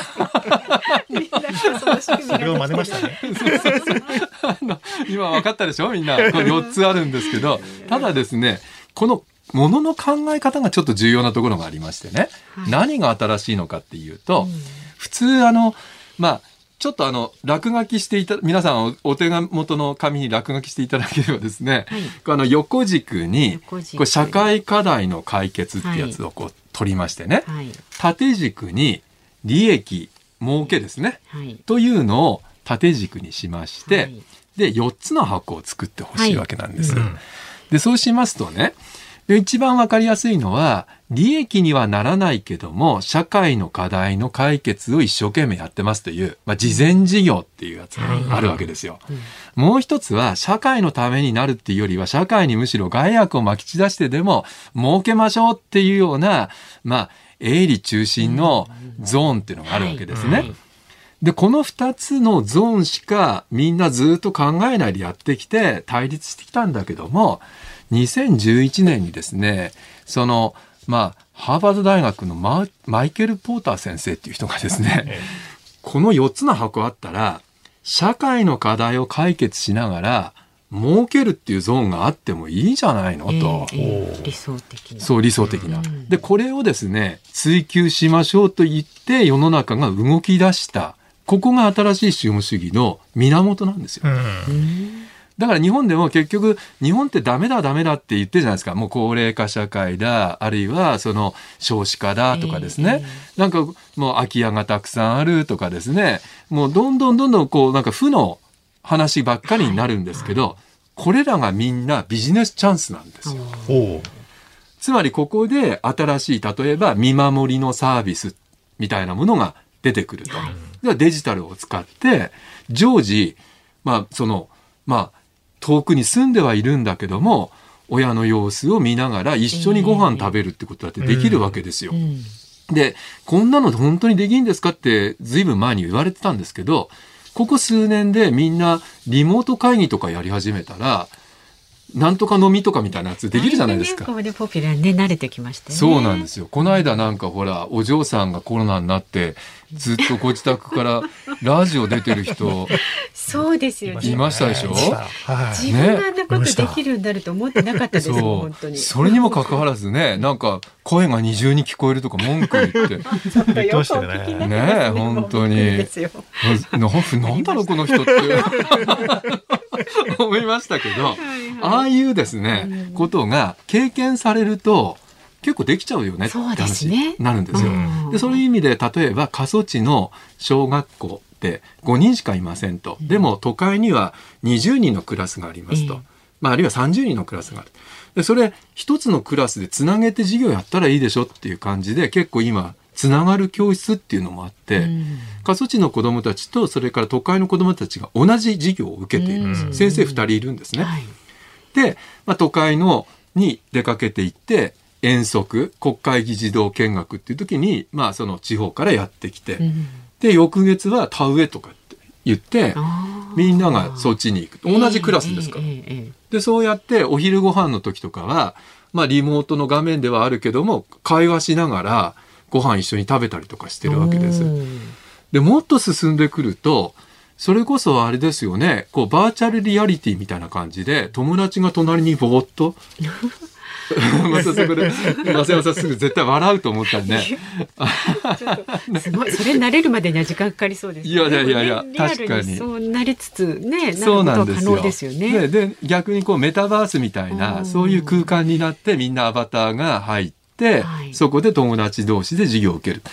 それを真似ましたね。 今分かったでしょみんな。これ4つあるんですけど、ただですね、このものの考え方がちょっと重要なところがありましてね、何が新しいのかっていうと、普通ちょっと落書きして皆さんお手元の紙に落書きしていただければですね、横軸にこれ社会課題の解決ってやつをこう取りましてね、縦軸に利益儲けですね、というのを縦軸にしまして、で4つの箱を作ってほしいわけなんです。でそうしますとね、一番わかりやすいのは利益にはならないけども社会の課題の解決を一生懸命やってますという、慈善事業っていうやつがあるわけですよ。もう一つは社会のためになるっていうよりは社会にむしろ害悪をまき散らしてでも儲けましょうっていうような営利中心のゾーンっていうのがあるわけですね。でこの2つのゾーンしかみんなずっと考えないでやってきて対立してきたんだけども、2011年にですね、ハーバード大学のマイケル・ポーター先生っていう人がですね、この4つの箱あったら社会の課題を解決しながら儲けるっていうゾーンがあってもいいじゃないのと、 理想的な。 そう理想的な、でこれをですね追求しましょうと言って世の中が動き出した、ここが新しい資本主義の源なんですよ。だから日本でも結局日本ってダメだって言ってるじゃないですか。もう高齢化社会だ、あるいはその少子化だとかですね、なんかもう空き家がたくさんあるとかですね、もうどんどんこうなんか負の話ばっかりになるんですけど、これらがみんなビジネスチャンスなんですよ。つまりここで新しい例えば見守りのサービスみたいなものが出てくると。ではデジタルを使って常時遠くに住んではいるんだけども親の様子を見ながら一緒にご飯食べるってことだってできるわけですよ。でこんなの本当にできるんですかってずいぶん前に言われてたんですけど、ここ数年でみんなリモート会議とかやり始めたらなんとか飲みとかみたいなやつできるじゃないですか。 ここでポピュラーに慣れてきましたね。 そうなんですよ。この間なんかほらお嬢さんがコロナになってずっとご自宅からラジオ出てる人そうですよね、 いましたでしょ。 自分があんなことできるようになると思ってなかったですもん。本当にそれにもかかわらずね、なんか声が二重に聞こえるとか文句言ってちょっとよくお聞きになってますね。 本当になんだろうこの人って思いましたけど、ああいうですね、ことが経験されると結構できちゃうよねって話になるんですよ。でそういう意味で例えば過疎地の小学校って5人しかいませんと、でも都会には20人のクラスがありますと、あるいは30人のクラスがある。でそれ一つのクラスでつなげて授業やったらいいでしょっていう感じで結構今つながる教室っていうのもあって、過疎地の子どもたちとそれから都会の子どもたちが同じ授業を受けているんです。先生2人いるんですね。で、都会に出かけていって遠足国会議事堂見学っていう時に、その地方からやってきて、で翌月は田植えとかって言ってみんながそっちに行く、同じクラスですから、でそうやってお昼ご飯の時とかは、リモートの画面ではあるけども会話しながらご飯一緒に食べたりとかしてるわけです。でもっと進んでくるとそれこそあれですよね、こうバーチャルリアリティみたいな感じで友達が隣にぼーっとまたそこで増山さんすぐ絶対笑うと思ったんですごい、それ慣れるまでには時間かかりそうですね。 いや確かにそうなりつつね、なることは可能ですよね。 で逆にこうメタバースみたいなそういう空間になってみんなアバターが入って、そこで友達同士で授業を受ける。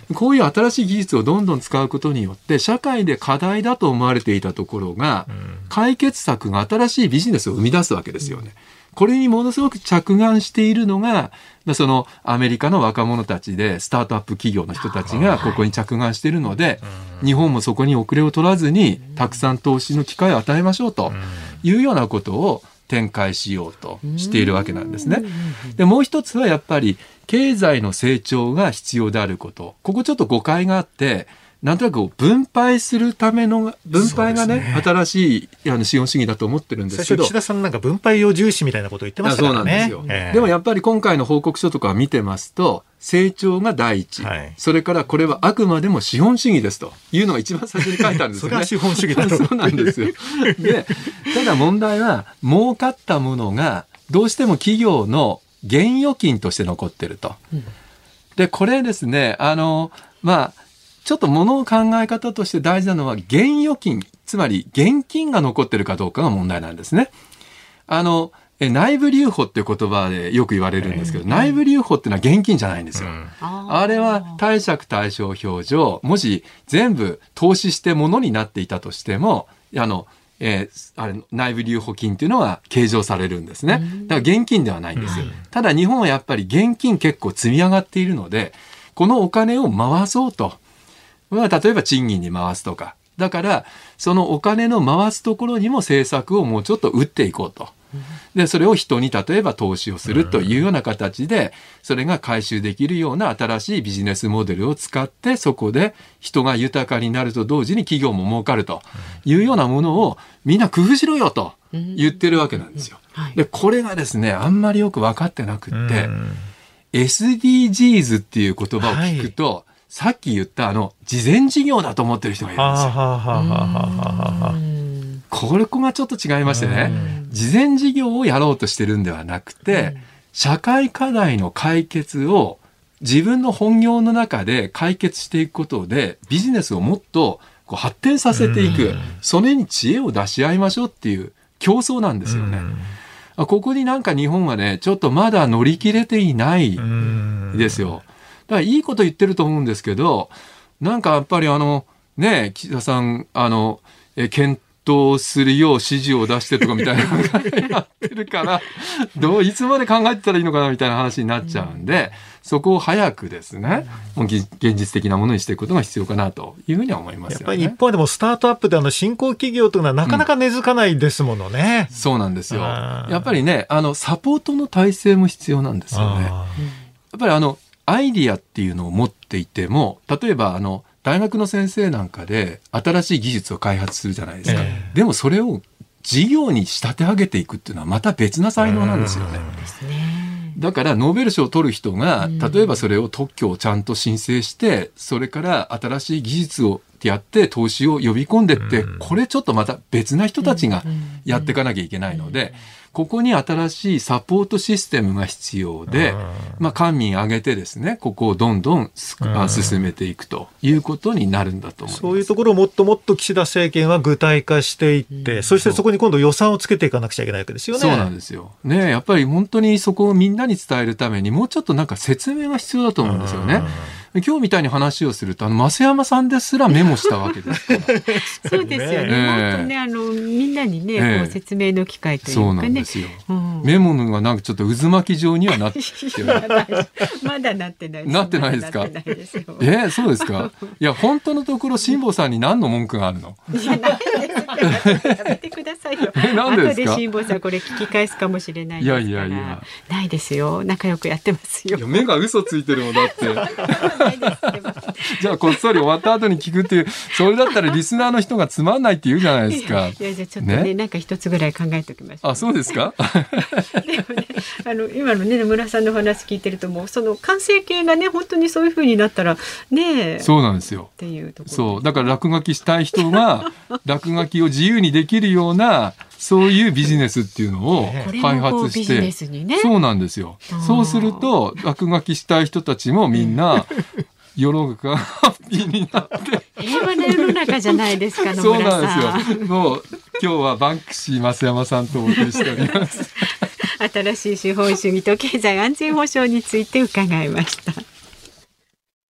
こういう新しい技術をどんどん使うことによって社会で課題だと思われていたところが、解決策が新しいビジネスを生み出すわけですよね。これにものすごく着眼しているのがそのアメリカの若者たちでスタートアップ企業の人たちがここに着眼しているので、日本もそこに遅れを取らずにたくさん投資の機会を与えましょうというようなことを展開しようとしているわけなんですね。でもう一つはやっぱり経済の成長が必要であること、ここちょっと誤解があって、なんとなく分配するための分配が ね新しい資本主義だと思ってるんですけど、 最初岸田さんなんか分配を重視みたいなことを言ってましたからね。 そうなんですよ、でもやっぱり今回の報告書とかを見てますと、成長が第一、それからこれはあくまでも資本主義ですというのが一番最初に書いてあるんですよね。 それは資本主義だとそうなんですよ。でただ問題は儲かったものがどうしても企業の現預金として残ってると。でこれですね、ちょっと物の考え方として大事なのは現預金、つまり現金が残ってるかどうかが問題なんですね。内部留保っていう言葉でよく言われるんですけど、内部留保っていうのは現金じゃないんですよ。あれは貸借対照表上、もし全部投資して物になっていたとしても、内部留保金っていうのは計上されるんですね。だから現金ではないんですよ。ただ日本はやっぱり現金結構積み上がっているので、このお金を回そうと。例えば賃金に回すとか。だからそのお金の回すところにも政策をもうちょっと打っていこうと。でそれを人に例えば投資をするというような形で、それが回収できるような新しいビジネスモデルを使って、そこで人が豊かになると同時に企業も儲かるというようなものをみんな工夫しろよと言ってるわけなんですよ。でこれがですね、あんまりよく分かってなくって、SDGs っていう言葉を聞くと、さっき言った慈善事業だと思ってる人がいるんですよ。これがちょっと違いましてね、慈善事業をやろうとしてるんではなくて、社会課題の解決を自分の本業の中で解決していくことで、ビジネスをもっと発展させていく、それに知恵を出し合いましょうっていう競争なんですよね。ここになんか日本はね、ちょっとまだ乗り切れていないですよ。だからいいこと言ってると思うんですけど、なんかやっぱり岸田さん検討するよう指示を出してとかみたいな感じになってるからいつまで考えてたらいいのかなみたいな話になっちゃうんで、そこを早くですね、現実的なものにしていくことが必要かなというふうには思いますよね。 やっぱり日本でもスタートアップで新興企業というのはなかなか根付かないですものね。 そうなんですよ。やっぱりね、サポートの体制も必要なんですよね。やっぱりアイディアっていうのを持っていても、例えば大学の先生なんかで新しい技術を開発するじゃないですか。でもそれを事業に仕立て上げていくっていうのはまた別な才能なんですよね。だからノーベル賞を取る人が例えばそれを特許をちゃんと申請して、それから新しい技術をやって投資を呼び込んでって、これちょっとまた別な人たちがやっていかなきゃいけないので、ここに新しいサポートシステムが必要で、官民挙げてですね、ここをどんどん進めていくということになるんだと思います。 そういうところをもっともっと岸田政権は具体化していって、そしてそこに今度予算をつけていかなくちゃいけないわけですよね。 そうなんですよ。ね、やっぱり本当にそこをみんなに伝えるためにもうちょっとなんか説明が必要だと思うんですよね。今日みたいに話をすると増山さんですらメモしたわけですからそうですよね、もっとねみんなにね、こう説明の機会というかね。そうなんですよ、 メモがなんかちょっと渦巻き状にはなってまだなってないです。 なってないですか。そうですか。いや本当のところ辛坊さんに何の文句があるの。 いやないですやめてくださいよ。 何ですか。 後で辛坊さんこれ聞き返すかもしれないですから。いやないですよ、仲良くやってますよ。 いや目が嘘ついてるもんだってじゃあこっそり終わった後に聞くっていう、それだったらリスナーの人がつまんないって言うじゃないですか。 いやじゃあちょっとね、なんか一つぐらい考えておきましょう。 あ、そうですか。 でもね、今のね野村さんの話聞いてると、もうその完成形がね本当にそういう風になったらね。 そうなんですよ。 っていうところ。 そうだから落書きしたい人が落書きを自由にできるようなそういうビジネスっていうのを開発して、 ね、 そうなんですよ。そうすると落書きしたい人たちもみんな世の中ハッピーになって平和な世の中じゃないですか。野村さん。 そうなんですよ。もう今日はバンクシー増山さんとお送りしております新しい資本主義と経済安全保障について伺いました。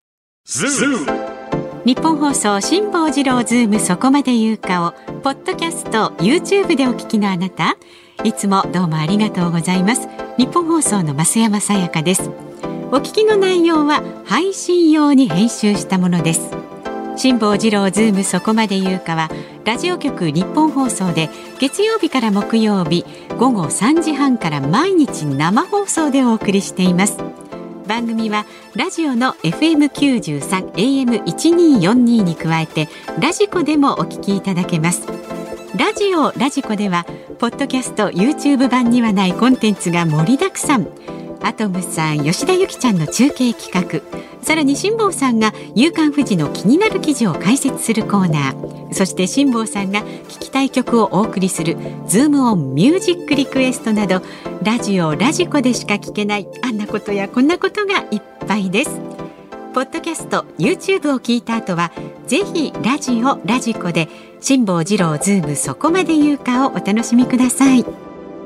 日本放送辛坊治郎ズームそこまで言うかをポッドキャスト YouTube でお聞きのあなた、いつもどうもありがとうございます。日本放送の増山さやかです。お聞きの内容は配信用に編集したものです。辛坊治郎ズームそこまで言うかはラジオ局日本放送で月曜日から木曜日午後3時半から毎日生放送でお送りしています。番組はラジオの FM93 AM1242 に加えてラジコでもお聞きいただけます。ラジコではポッドキャスト YouTube 版にはないコンテンツが盛りだくさん。アトムさん、吉田ゆきちゃんの中継企画、さらに辛坊さんが夕刊フジの気になる記事を解説するコーナー、そして辛坊さんが聞きたい曲をお送りするズームオンミュージックリクエストなど、ラジコでしか聞けないあんなことやこんなことがいっぱいです。ポッドキャスト YouTube を聞いた後はぜひラジコで辛坊治郎ズームそこまで言うかをお楽しみください。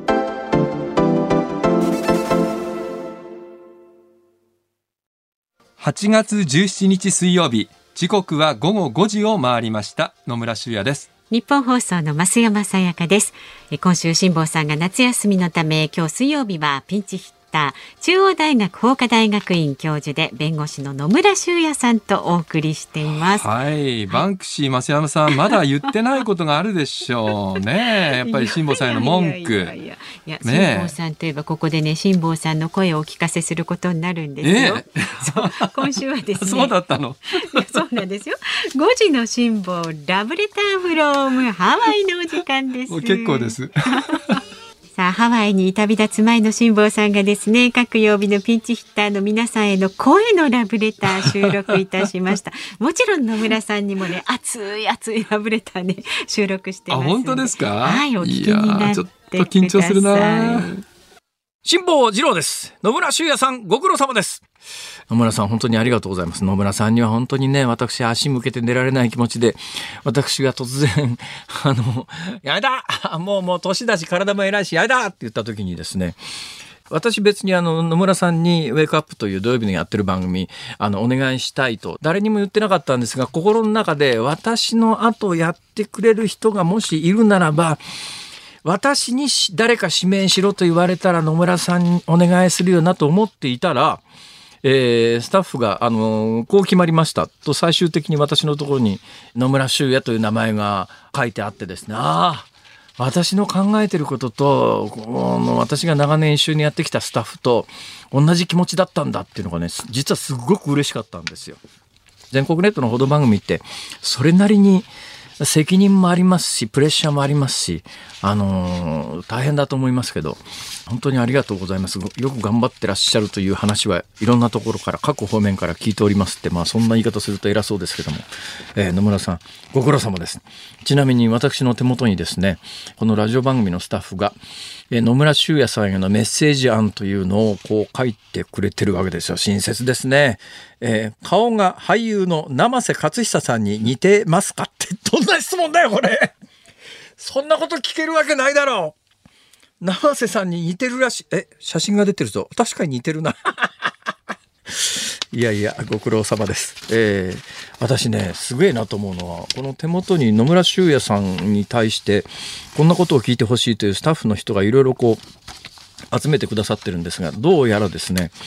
8月17日水曜日、時刻は午後5時を回りました。野村修也です。 日本放送の増山さやかです。今週辛坊さんが夏休みのため、今日水曜日はピンチヒッター中央大学法科大学院教授で弁護士の野村修也さんとお送りしています。 はい、バンクシー増山さん、まだ言ってないことがあるでしょうね。やっぱり辛坊さんへの文句。 辛坊さんといえばここでね、辛坊さんの声をお聞かせすることになるんですよ。そう今週はですね。 そうだったの。 そうなんですよ。5時の辛坊ラブレターフロームハワイのお時間です。 もう結構です。 さあ、ハワイに旅立つ前の辛坊さんがですね、各曜日のピンチヒッターの皆さんへの声のラブレター収録いたしましたもちろん野村さんにもね、熱いラブレターね収録してます。 本当ですか。 はい、お聞きになってください。 ちょっと緊張するな。 辛坊治郎です。野村修也さん、ご苦労様です。野村さん、本当にありがとうございます。野村さんには本当にね、私足向けて寝られない気持ちで、私が突然やめだ、もう年だし体も偉いしやめだって言った時にですね、私別に野村さんにウェイクアップという土曜日のやってる番組お願いしたいと誰にも言ってなかったんですが、心の中で私の後やってくれる人がもしいるならば、私に誰か指名しろと言われたら野村さんにお願いするよなと思っていたら、スタッフがこう決まりましたと最終的に私のところに野村修也という名前が書いてあってですね、私の考えてることと私が長年一緒にやってきたスタッフと同じ気持ちだったんだっていうのがね、実はすごく嬉しかったんですよ。全国ネットの報道番組ってそれなりに責任もありますし、プレッシャーもありますし、大変だと思いますけど、本当にありがとうございます。よく頑張ってらっしゃるという話はいろんなところから各方面から聞いておりますって、そんな言い方すると偉そうですけども、野村さんご苦労様です。ちなみに私の手元にですね、このラジオ番組のスタッフが野村修也さんへのメッセージ案というのをこう書いてくれてるわけですよ。親切ですね。顔が俳優の生瀬勝久さんに似てますかってどんな質問だよこれ。そんなこと聞けるわけないだろう。生瀬さんに似てるらしい。写真が出てるぞ。確かに似てるな。いやいやご苦労様です。私ねすげえなと思うのは、この手元に野村修也さんに対してこんなことを聞いてほしいというスタッフの人がいろいろこう集めてくださってるんですが、どうやらですね、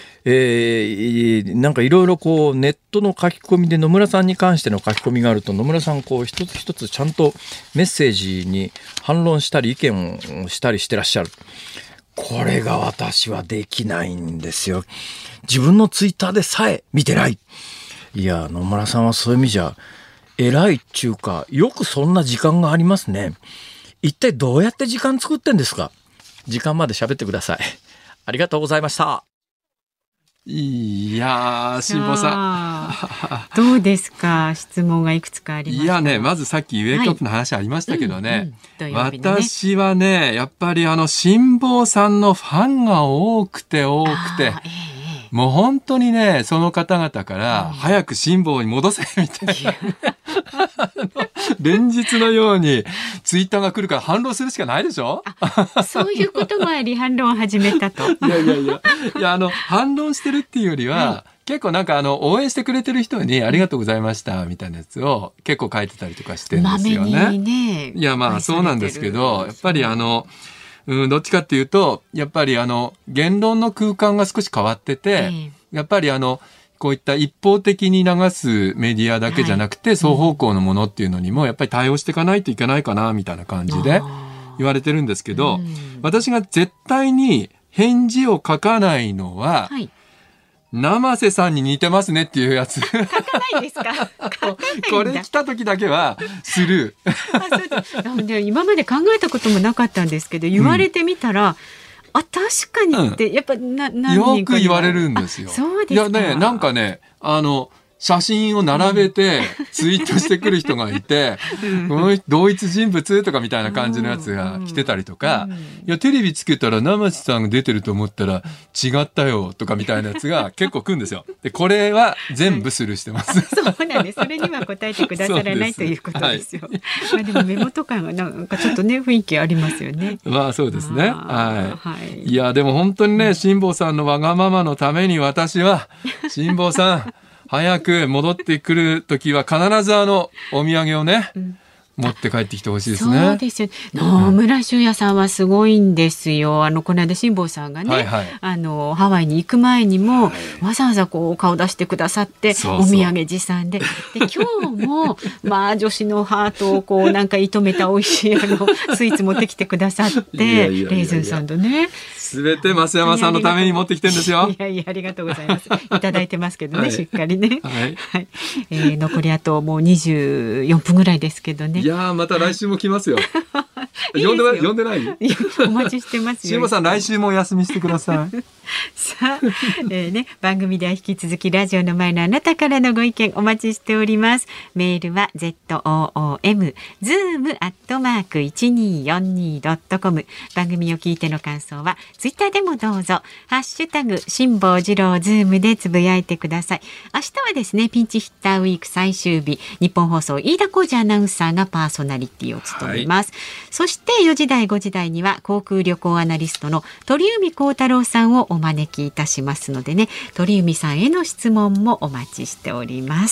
なんかいろいろこうネットの書き込みで野村さんに関しての書き込みがあると、野村さんこう一つ一つちゃんとメッセージに反論したり意見をしたりしてらっしゃる。これが私はできないんですよ。自分のツイッターでさえ見てない。いや野村さんはそういう意味じゃ偉いっちゅうか、よくそんな時間がありますね。一体どうやって時間作ってんですか。時間まで喋ってください。ありがとうございました。 いや辛坊さんどうですか。質問がいくつかありました。 いやね、まずさっきウェイクアップの話ありましたけどね、私はねやっぱり辛坊さんのファンが多くてもう本当にねその方々から早く辛坊に戻せみたいな連日のようにツイッターが来るから反論するしかないでしょ。 そういうこともあり反論を始めたと。 いや反論してるっていうよりは、結構なんか応援してくれてる人にありがとうございましたみたいなやつを結構書いてたりとかしてるんですよね。 まめにね。 いやまあそうなんですけど、やっぱりどっちかっていうとやっぱり言論の空間が少し変わってて、やっぱりこういった一方的に流すメディアだけじゃなくて、双方向のものっていうのにもやっぱり対応していかないといけないかなみたいな感じで言われてるんですけど、私が絶対に返事を書かないのは、生瀬さんに似てますねっていうやつ。書かないですか？ これ来た時だけはする。 今まで考えたこともなかったんですけど、言われてみたら、確かにってやっぱよく言われるんですよ。 そうですか。 いやね、なんかね、写真を並べてツイートしてくる人がいて、この同一人物とかみたいな感じのやつが来てたりとか、いやテレビつけたら生瀬さんが出てると思ったら違ったよとかみたいなやつが結構来るんですよ。でこれは全部スルーしてます。 そうなんです。それには答えてくださらないということですよ。まあでも目元感がなんかちょっとね雰囲気ありますよね。 まあそうですね。いやでも本当にね、辛坊さんのわがままのために私は辛坊さん早く戻ってくるときは必ずお土産をね、持って帰ってきてほしいですね。 そうですよ。野村修也さんはすごいんですよ。この間辛坊さんがね、ハワイに行く前にも、わざわざこう顔出してくださって、お土産持参で、今日もまあ女子のハートをこうなんか射止めた美味しいスイーツ持ってきてくださって、レーズンサンドね。 すべて増山さんのために持ってきてるんですよ。 いやありがとうございます。いただいてますけどね、しっかりね。残りあともう24分ぐらいですけどね。 いやまた来週も来ますよ。呼んでない？ お待ちしてますよ。 辛坊さん来週もお休みしてください。 さあ、番組では引き続きラジオの前のあなたからのご意見お待ちしております。メールは zoom@1242.com。番組を聞いての感想はツイッターでもどうぞ。ハッシュタグ辛坊治郎ズームでつぶやいてください。明日はですね、ピンチヒッターウィーク最終日、日本放送飯田浩司アナウンサーがパーソナリティを務めます。そして4時台5時台には航空旅行アナリストの鳥海高太郎さんをお招きいたしますのでね、鳥海さんへの質問もお待ちしております。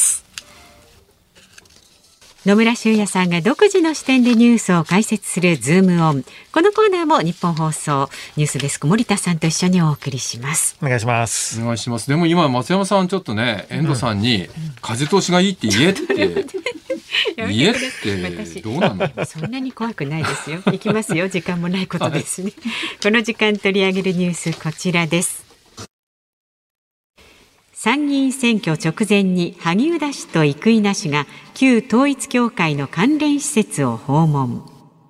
野村修也さんが独自の視点でニュースを解説するズームオン。このコーナーも日本放送ニュースデスク森田さんと一緒にお送りします。 お願いします。 お願いします。でも今松山さんちょっとね、遠藤さんに風通しがいいって言えって言えってどうなの？ そんなに怖くないですよ。行きますよ。時間もないことですね。この時間取り上げるニュースこちらです。参議院選挙直前に萩生田氏と生稲氏が旧統一教会の関連施設を訪問。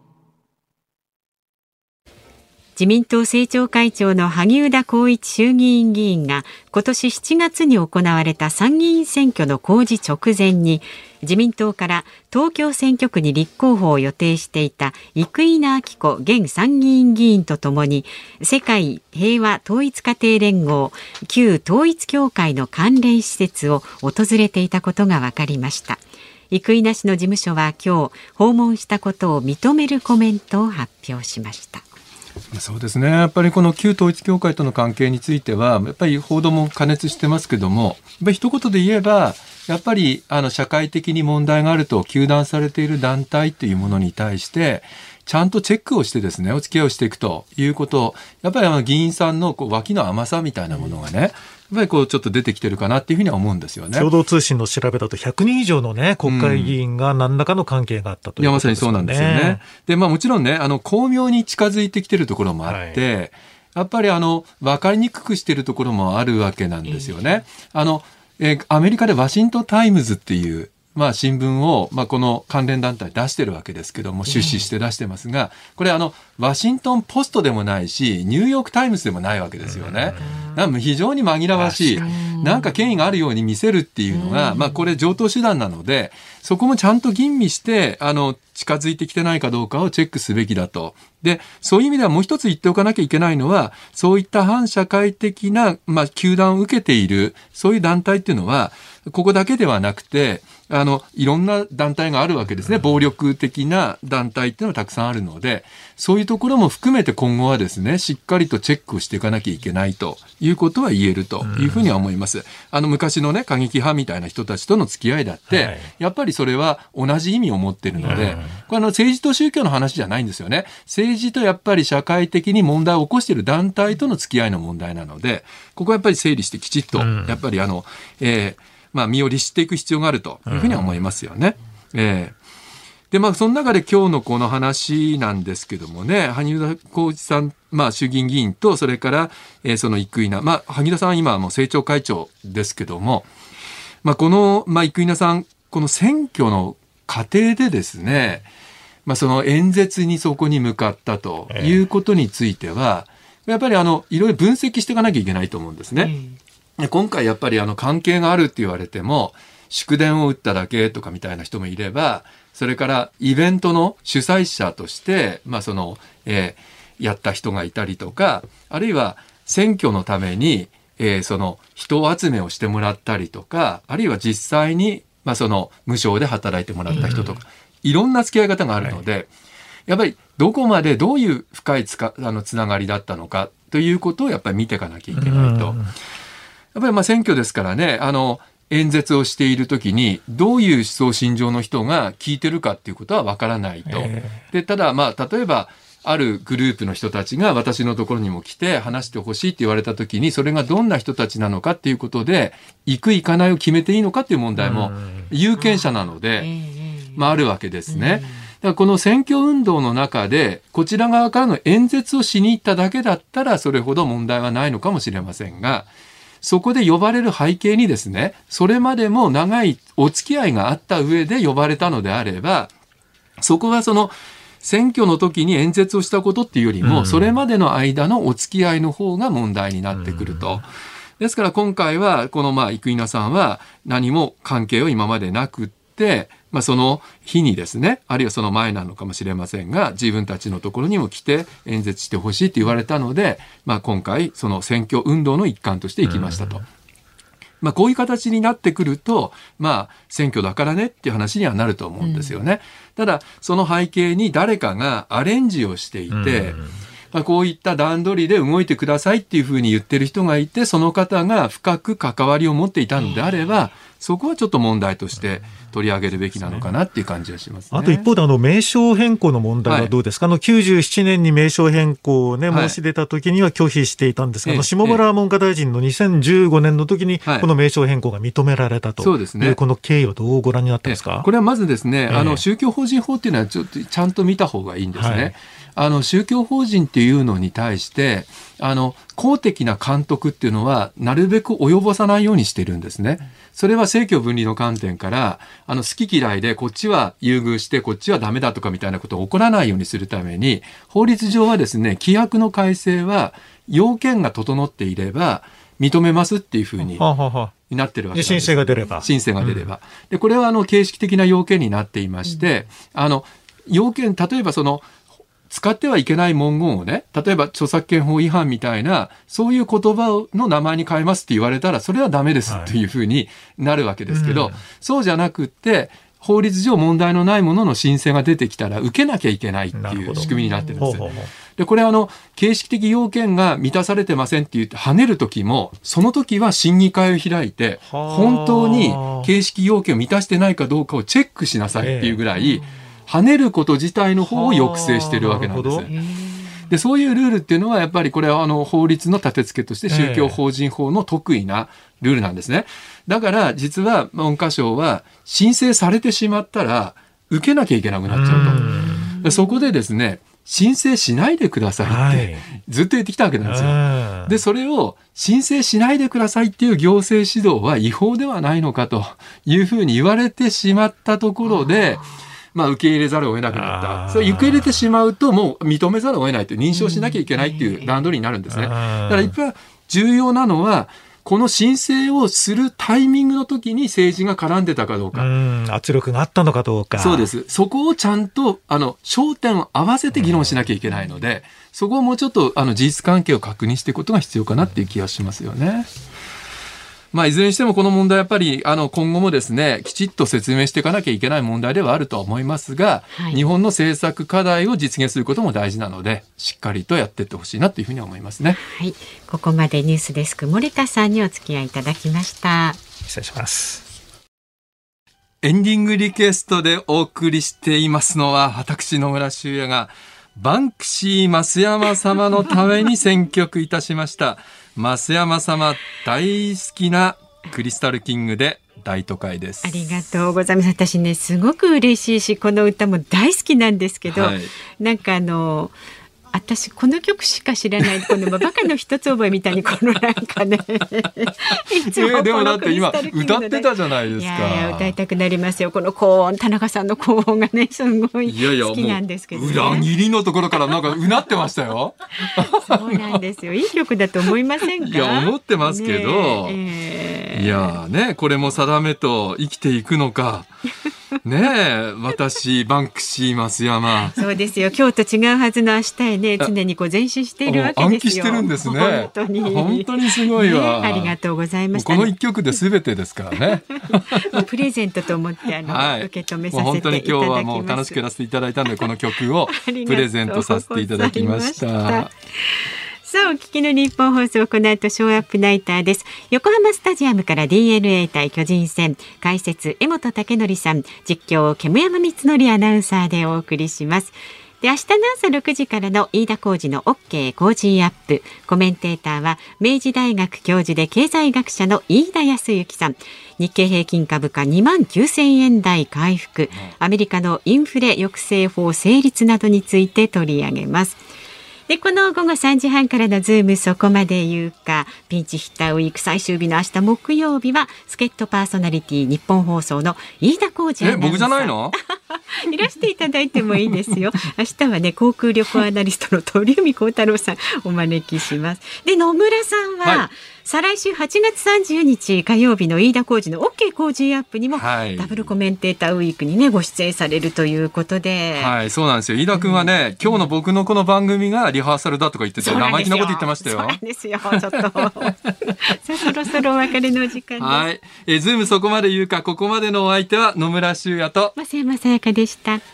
自民党政調会長の萩生田光一衆議院議員が今年7月に行われた参議院選挙の公示直前に自民党から東京選挙区に立候補を予定していた生稲晃子現参議院議員とともに世界平和統一家庭連合旧統一教会の関連施設を訪れていたことが分かりました。生稲氏の事務所は今日訪問したことを認めるコメントを発表しました。 そうですね。やっぱりこの旧統一教会との関係についてはやっぱり報道も過熱してますけども、やっぱり一言で言えばやっぱり社会的に問題があると糾弾されている団体というものに対してちゃんとチェックをしてですね、お付き合いをしていくということ、やっぱり議員さんの脇の甘さみたいなものがね、やっぱりちょっと出てきてるかなっていうふうには思うんですよね。 共同通信の調べだと100人以上のね、国会議員が何らかの関係があったということですよね。 まさにそうなんですよね。で、もちろんね、巧妙に近づいてきてるところもあって、やっぱり分かりにくくしてるところもあるわけなんですよね。アメリカでワシントンタイムズっていう新聞を、この関連団体出してるわけですけども、出資して出してますが、これワシントンポストでもないしニューヨークタイムズでもないわけですよね。なんか非常に紛らわしい、なんか権威があるように見せるっていうのが、これ常套手段なので、そこもちゃんと吟味して近づいてきてないかどうかをチェックすべきだと。で、そういう意味ではもう一つ言っておかなきゃいけないのは、そういった反社会的な、糾弾を受けているそういう団体っていうのはここだけではなくていろんな団体があるわけですね。暴力的な団体っていうのはたくさんあるので、そういうところも含めて今後はですね、しっかりとチェックをしていかなきゃいけないということは言えるというふうには思います。昔のね、過激派みたいな人たちとの付き合いだって、やっぱりそれは同じ意味を持っているので、これ政治と宗教の話じゃないんですよね。政治とやっぱり社会的に問題を起こしている団体との付き合いの問題なので、ここはやっぱり整理してきちっと、やっぱり身を律していく必要があるというふうには思いますよね。で、その中で今日のこの話なんですけどもね、萩生田光一さん、衆議院議員と、それから、その生稲、萩生田さんは今はもう政調会長ですけども、この、生稲さん、この選挙の過程でですね、その演説にそこに向かったということについては、やっぱりいろいろ分析していかなきゃいけないと思うんですね。今回やっぱり関係があるって言われても、祝電を打っただけとかみたいな人もいれば、それからイベントの主催者として、やった人がいたりとか、あるいは選挙のために、その人集めをしてもらったりとか、あるいは実際に、その無償で働いてもらった人とか、いろんな付き合い方があるので、やっぱりどこまでどういう深いつながりだったのかということをやっぱり見ていかなきゃいけないと。やっぱり選挙ですからね、演説をしているときにどういう思想信条の人が聞いてるかっていうことはわからないと。で、ただ例えばあるグループの人たちが私のところにも来て話してほしいって言われたときに、それがどんな人たちなのかっていうことで行く行かないを決めていいのかっていう問題も有権者なので、あるわけですね。だからこの選挙運動の中でこちら側からの演説をしに行っただけだったらそれほど問題はないのかもしれませんが、そこで呼ばれる背景にですね、それまでも長いお付き合いがあった上で呼ばれたのであれば、そこはその選挙の時に演説をしたことっていうよりも、それまでの間のお付き合いの方が問題になってくると。ですから今回はこの生稲さんは何も関係を今までなくって、その日にですね、あるいはその前なのかもしれませんが、自分たちのところにも来て演説してほしいって言われたので、今回その選挙運動の一環として行きましたと。こういう形になってくると、選挙だからねっていう話にはなると思うんですよね。ただその背景に誰かがアレンジをしていて、こういった段取りで動いてくださいっていうふうに言ってる人がいて、その方が深く関わりを持っていたのであれば、そこはちょっと問題として取り上げるべきなのかなっていう感じがしますね。 あと一方で名称変更の問題はどうですか。97年に名称変更を、申し出た時には拒否していたんですが、下村文科大臣の2015年の時にこの名称変更が認められたという、 そうですね、 この経緯をどうご覧になってますか。 これはまずですね、宗教法人法っていうのはちょっとちゃんと見た方がいいんですね。宗教法人っていうのに対して公的な監督っていうのはなるべく及ぼさないようにしてるんですね。それは政教分離の観点から好き嫌いでこっちは優遇してこっちはダメだとかみたいなことが起こらないようにするために、法律上はですね、規約の改正は要件が整っていれば認めますっていうふうになってるわけです。 申請が出れば。 で、これは形式的な要件になっていまして、要件、例えば使ってはいけない文言をね、例えば著作権法違反みたいなそういう言葉の名前に変えますって言われたらそれはダメですというふうになるわけですけど、そうじゃなくって法律上問題のないものの申請が出てきたら受けなきゃいけないっていう仕組みになってるんです。で、これ形式的要件が満たされてませんって言って跳ねる時も、その時は審議会を開いて本当に形式要件を満たしてないかどうかをチェックしなさいっていうぐらい、跳ねること自体の方を抑制しているわけなんです。で、そういうルールっていうのはやっぱりこれは法律の立て付けとして宗教法人法の得意なルールなんですね。だから実は文科省は申請されてしまったら受けなきゃいけなくなっちゃうと。そこでですね、申請しないでくださいってずっと言ってきたわけなんですよ。で、それを申請しないでくださいっていう行政指導は違法ではないのかというふうに言われてしまったところで、 受け入れざるを得なくなった。それ受け入れてしまうともう認めざるを得ないという認証しなきゃいけないっていう段取りになるんですね。だから一番重要なのはこの申請をするタイミングの時に政治が絡んでたかどうか。 圧力があったのかどうか。 そうです。そこをちゃんと焦点を合わせて議論しなきゃいけないので、そこをもうちょっと事実関係を確認していくことが必要かなっていう気がしますよね。いずれにしてもこの問題やっぱり今後もですねきちっと説明していかなきゃいけない問題ではあるとは思いますが、日本の政策課題を実現することも大事なのでしっかりとやっていってほしいなというふうに思いますね。 はい、ここまでニュースデスク森田さんにお付き合いいただきました。 失礼します。 エンディングリクエストでお送りしていますのは私野村修也がバンクシー増山様のために選曲いたしました増山様大好きなクリスタルキングで大都会です。 ありがとうございます。私ねすごく嬉しいしこの歌も大好きなんですけど、なんか私この曲しか知らないこのバカの一つ覚えみたいにこのなんかねいつもでもだって今歌ってたじゃないですか。 いや歌いたくなりますよ。この高音田中さんの高音がねすごい好きなんですけど、ね、 裏切りのところからなんかうなってましたよそうなんですよ。いい曲だと思いませんか。 いや思ってますけど、いやねこれも定めと生きていくのかねえ私バンクシー増山そうですよ。今日と違うはずの明日へね常にこう前進しているわけですよ。 暗記してるんですね。本当にすごいわ、 ありがとうございました。 この一曲で全てですからねプレゼントと思って受け止めさせていただきます。 本当に今日はもう楽しくやらせていただいたのでこの曲をプレゼントさせていただきました。 さあお聞きの日本放送この後ショーアップナイターです。横浜スタジアムから DNA 対巨人戦解説江本武則さん実況煙山光則アナウンサーでお送りします。で明日の朝6時からの飯田浩司の OK コージーアップコメンテーターは明治大学教授で経済学者の飯田康之さん。日経平均株価29,000円台回復アメリカのインフレ抑制法成立などについて取り上げます。でこの午後3時半からのズームそこまで言うかピンチヒッターウィーク最終日の明日木曜日は助っ人パーソナリティ日本放送の飯田浩司アナウンサー。 僕じゃないのいらしていただいてもいいですよ。明日はね航空旅行アナリストの鳥海高太郎さんお招きします。で野村さんは、再来週8月30日火曜日の飯田浩司の OK コージーアップにも、ダブルコメンテーターウィークにねご出演されるということで、 そうなんですよ。飯田君はね、今日の僕のこの番組がリハーサルだとか言ってて生意気なこと言ってましたよ。 そうなんですよ。ちょっとさあそろそろお別れの時間です。 ズームそこまで言うかここまでのお相手は野村修也と増山さやかでした。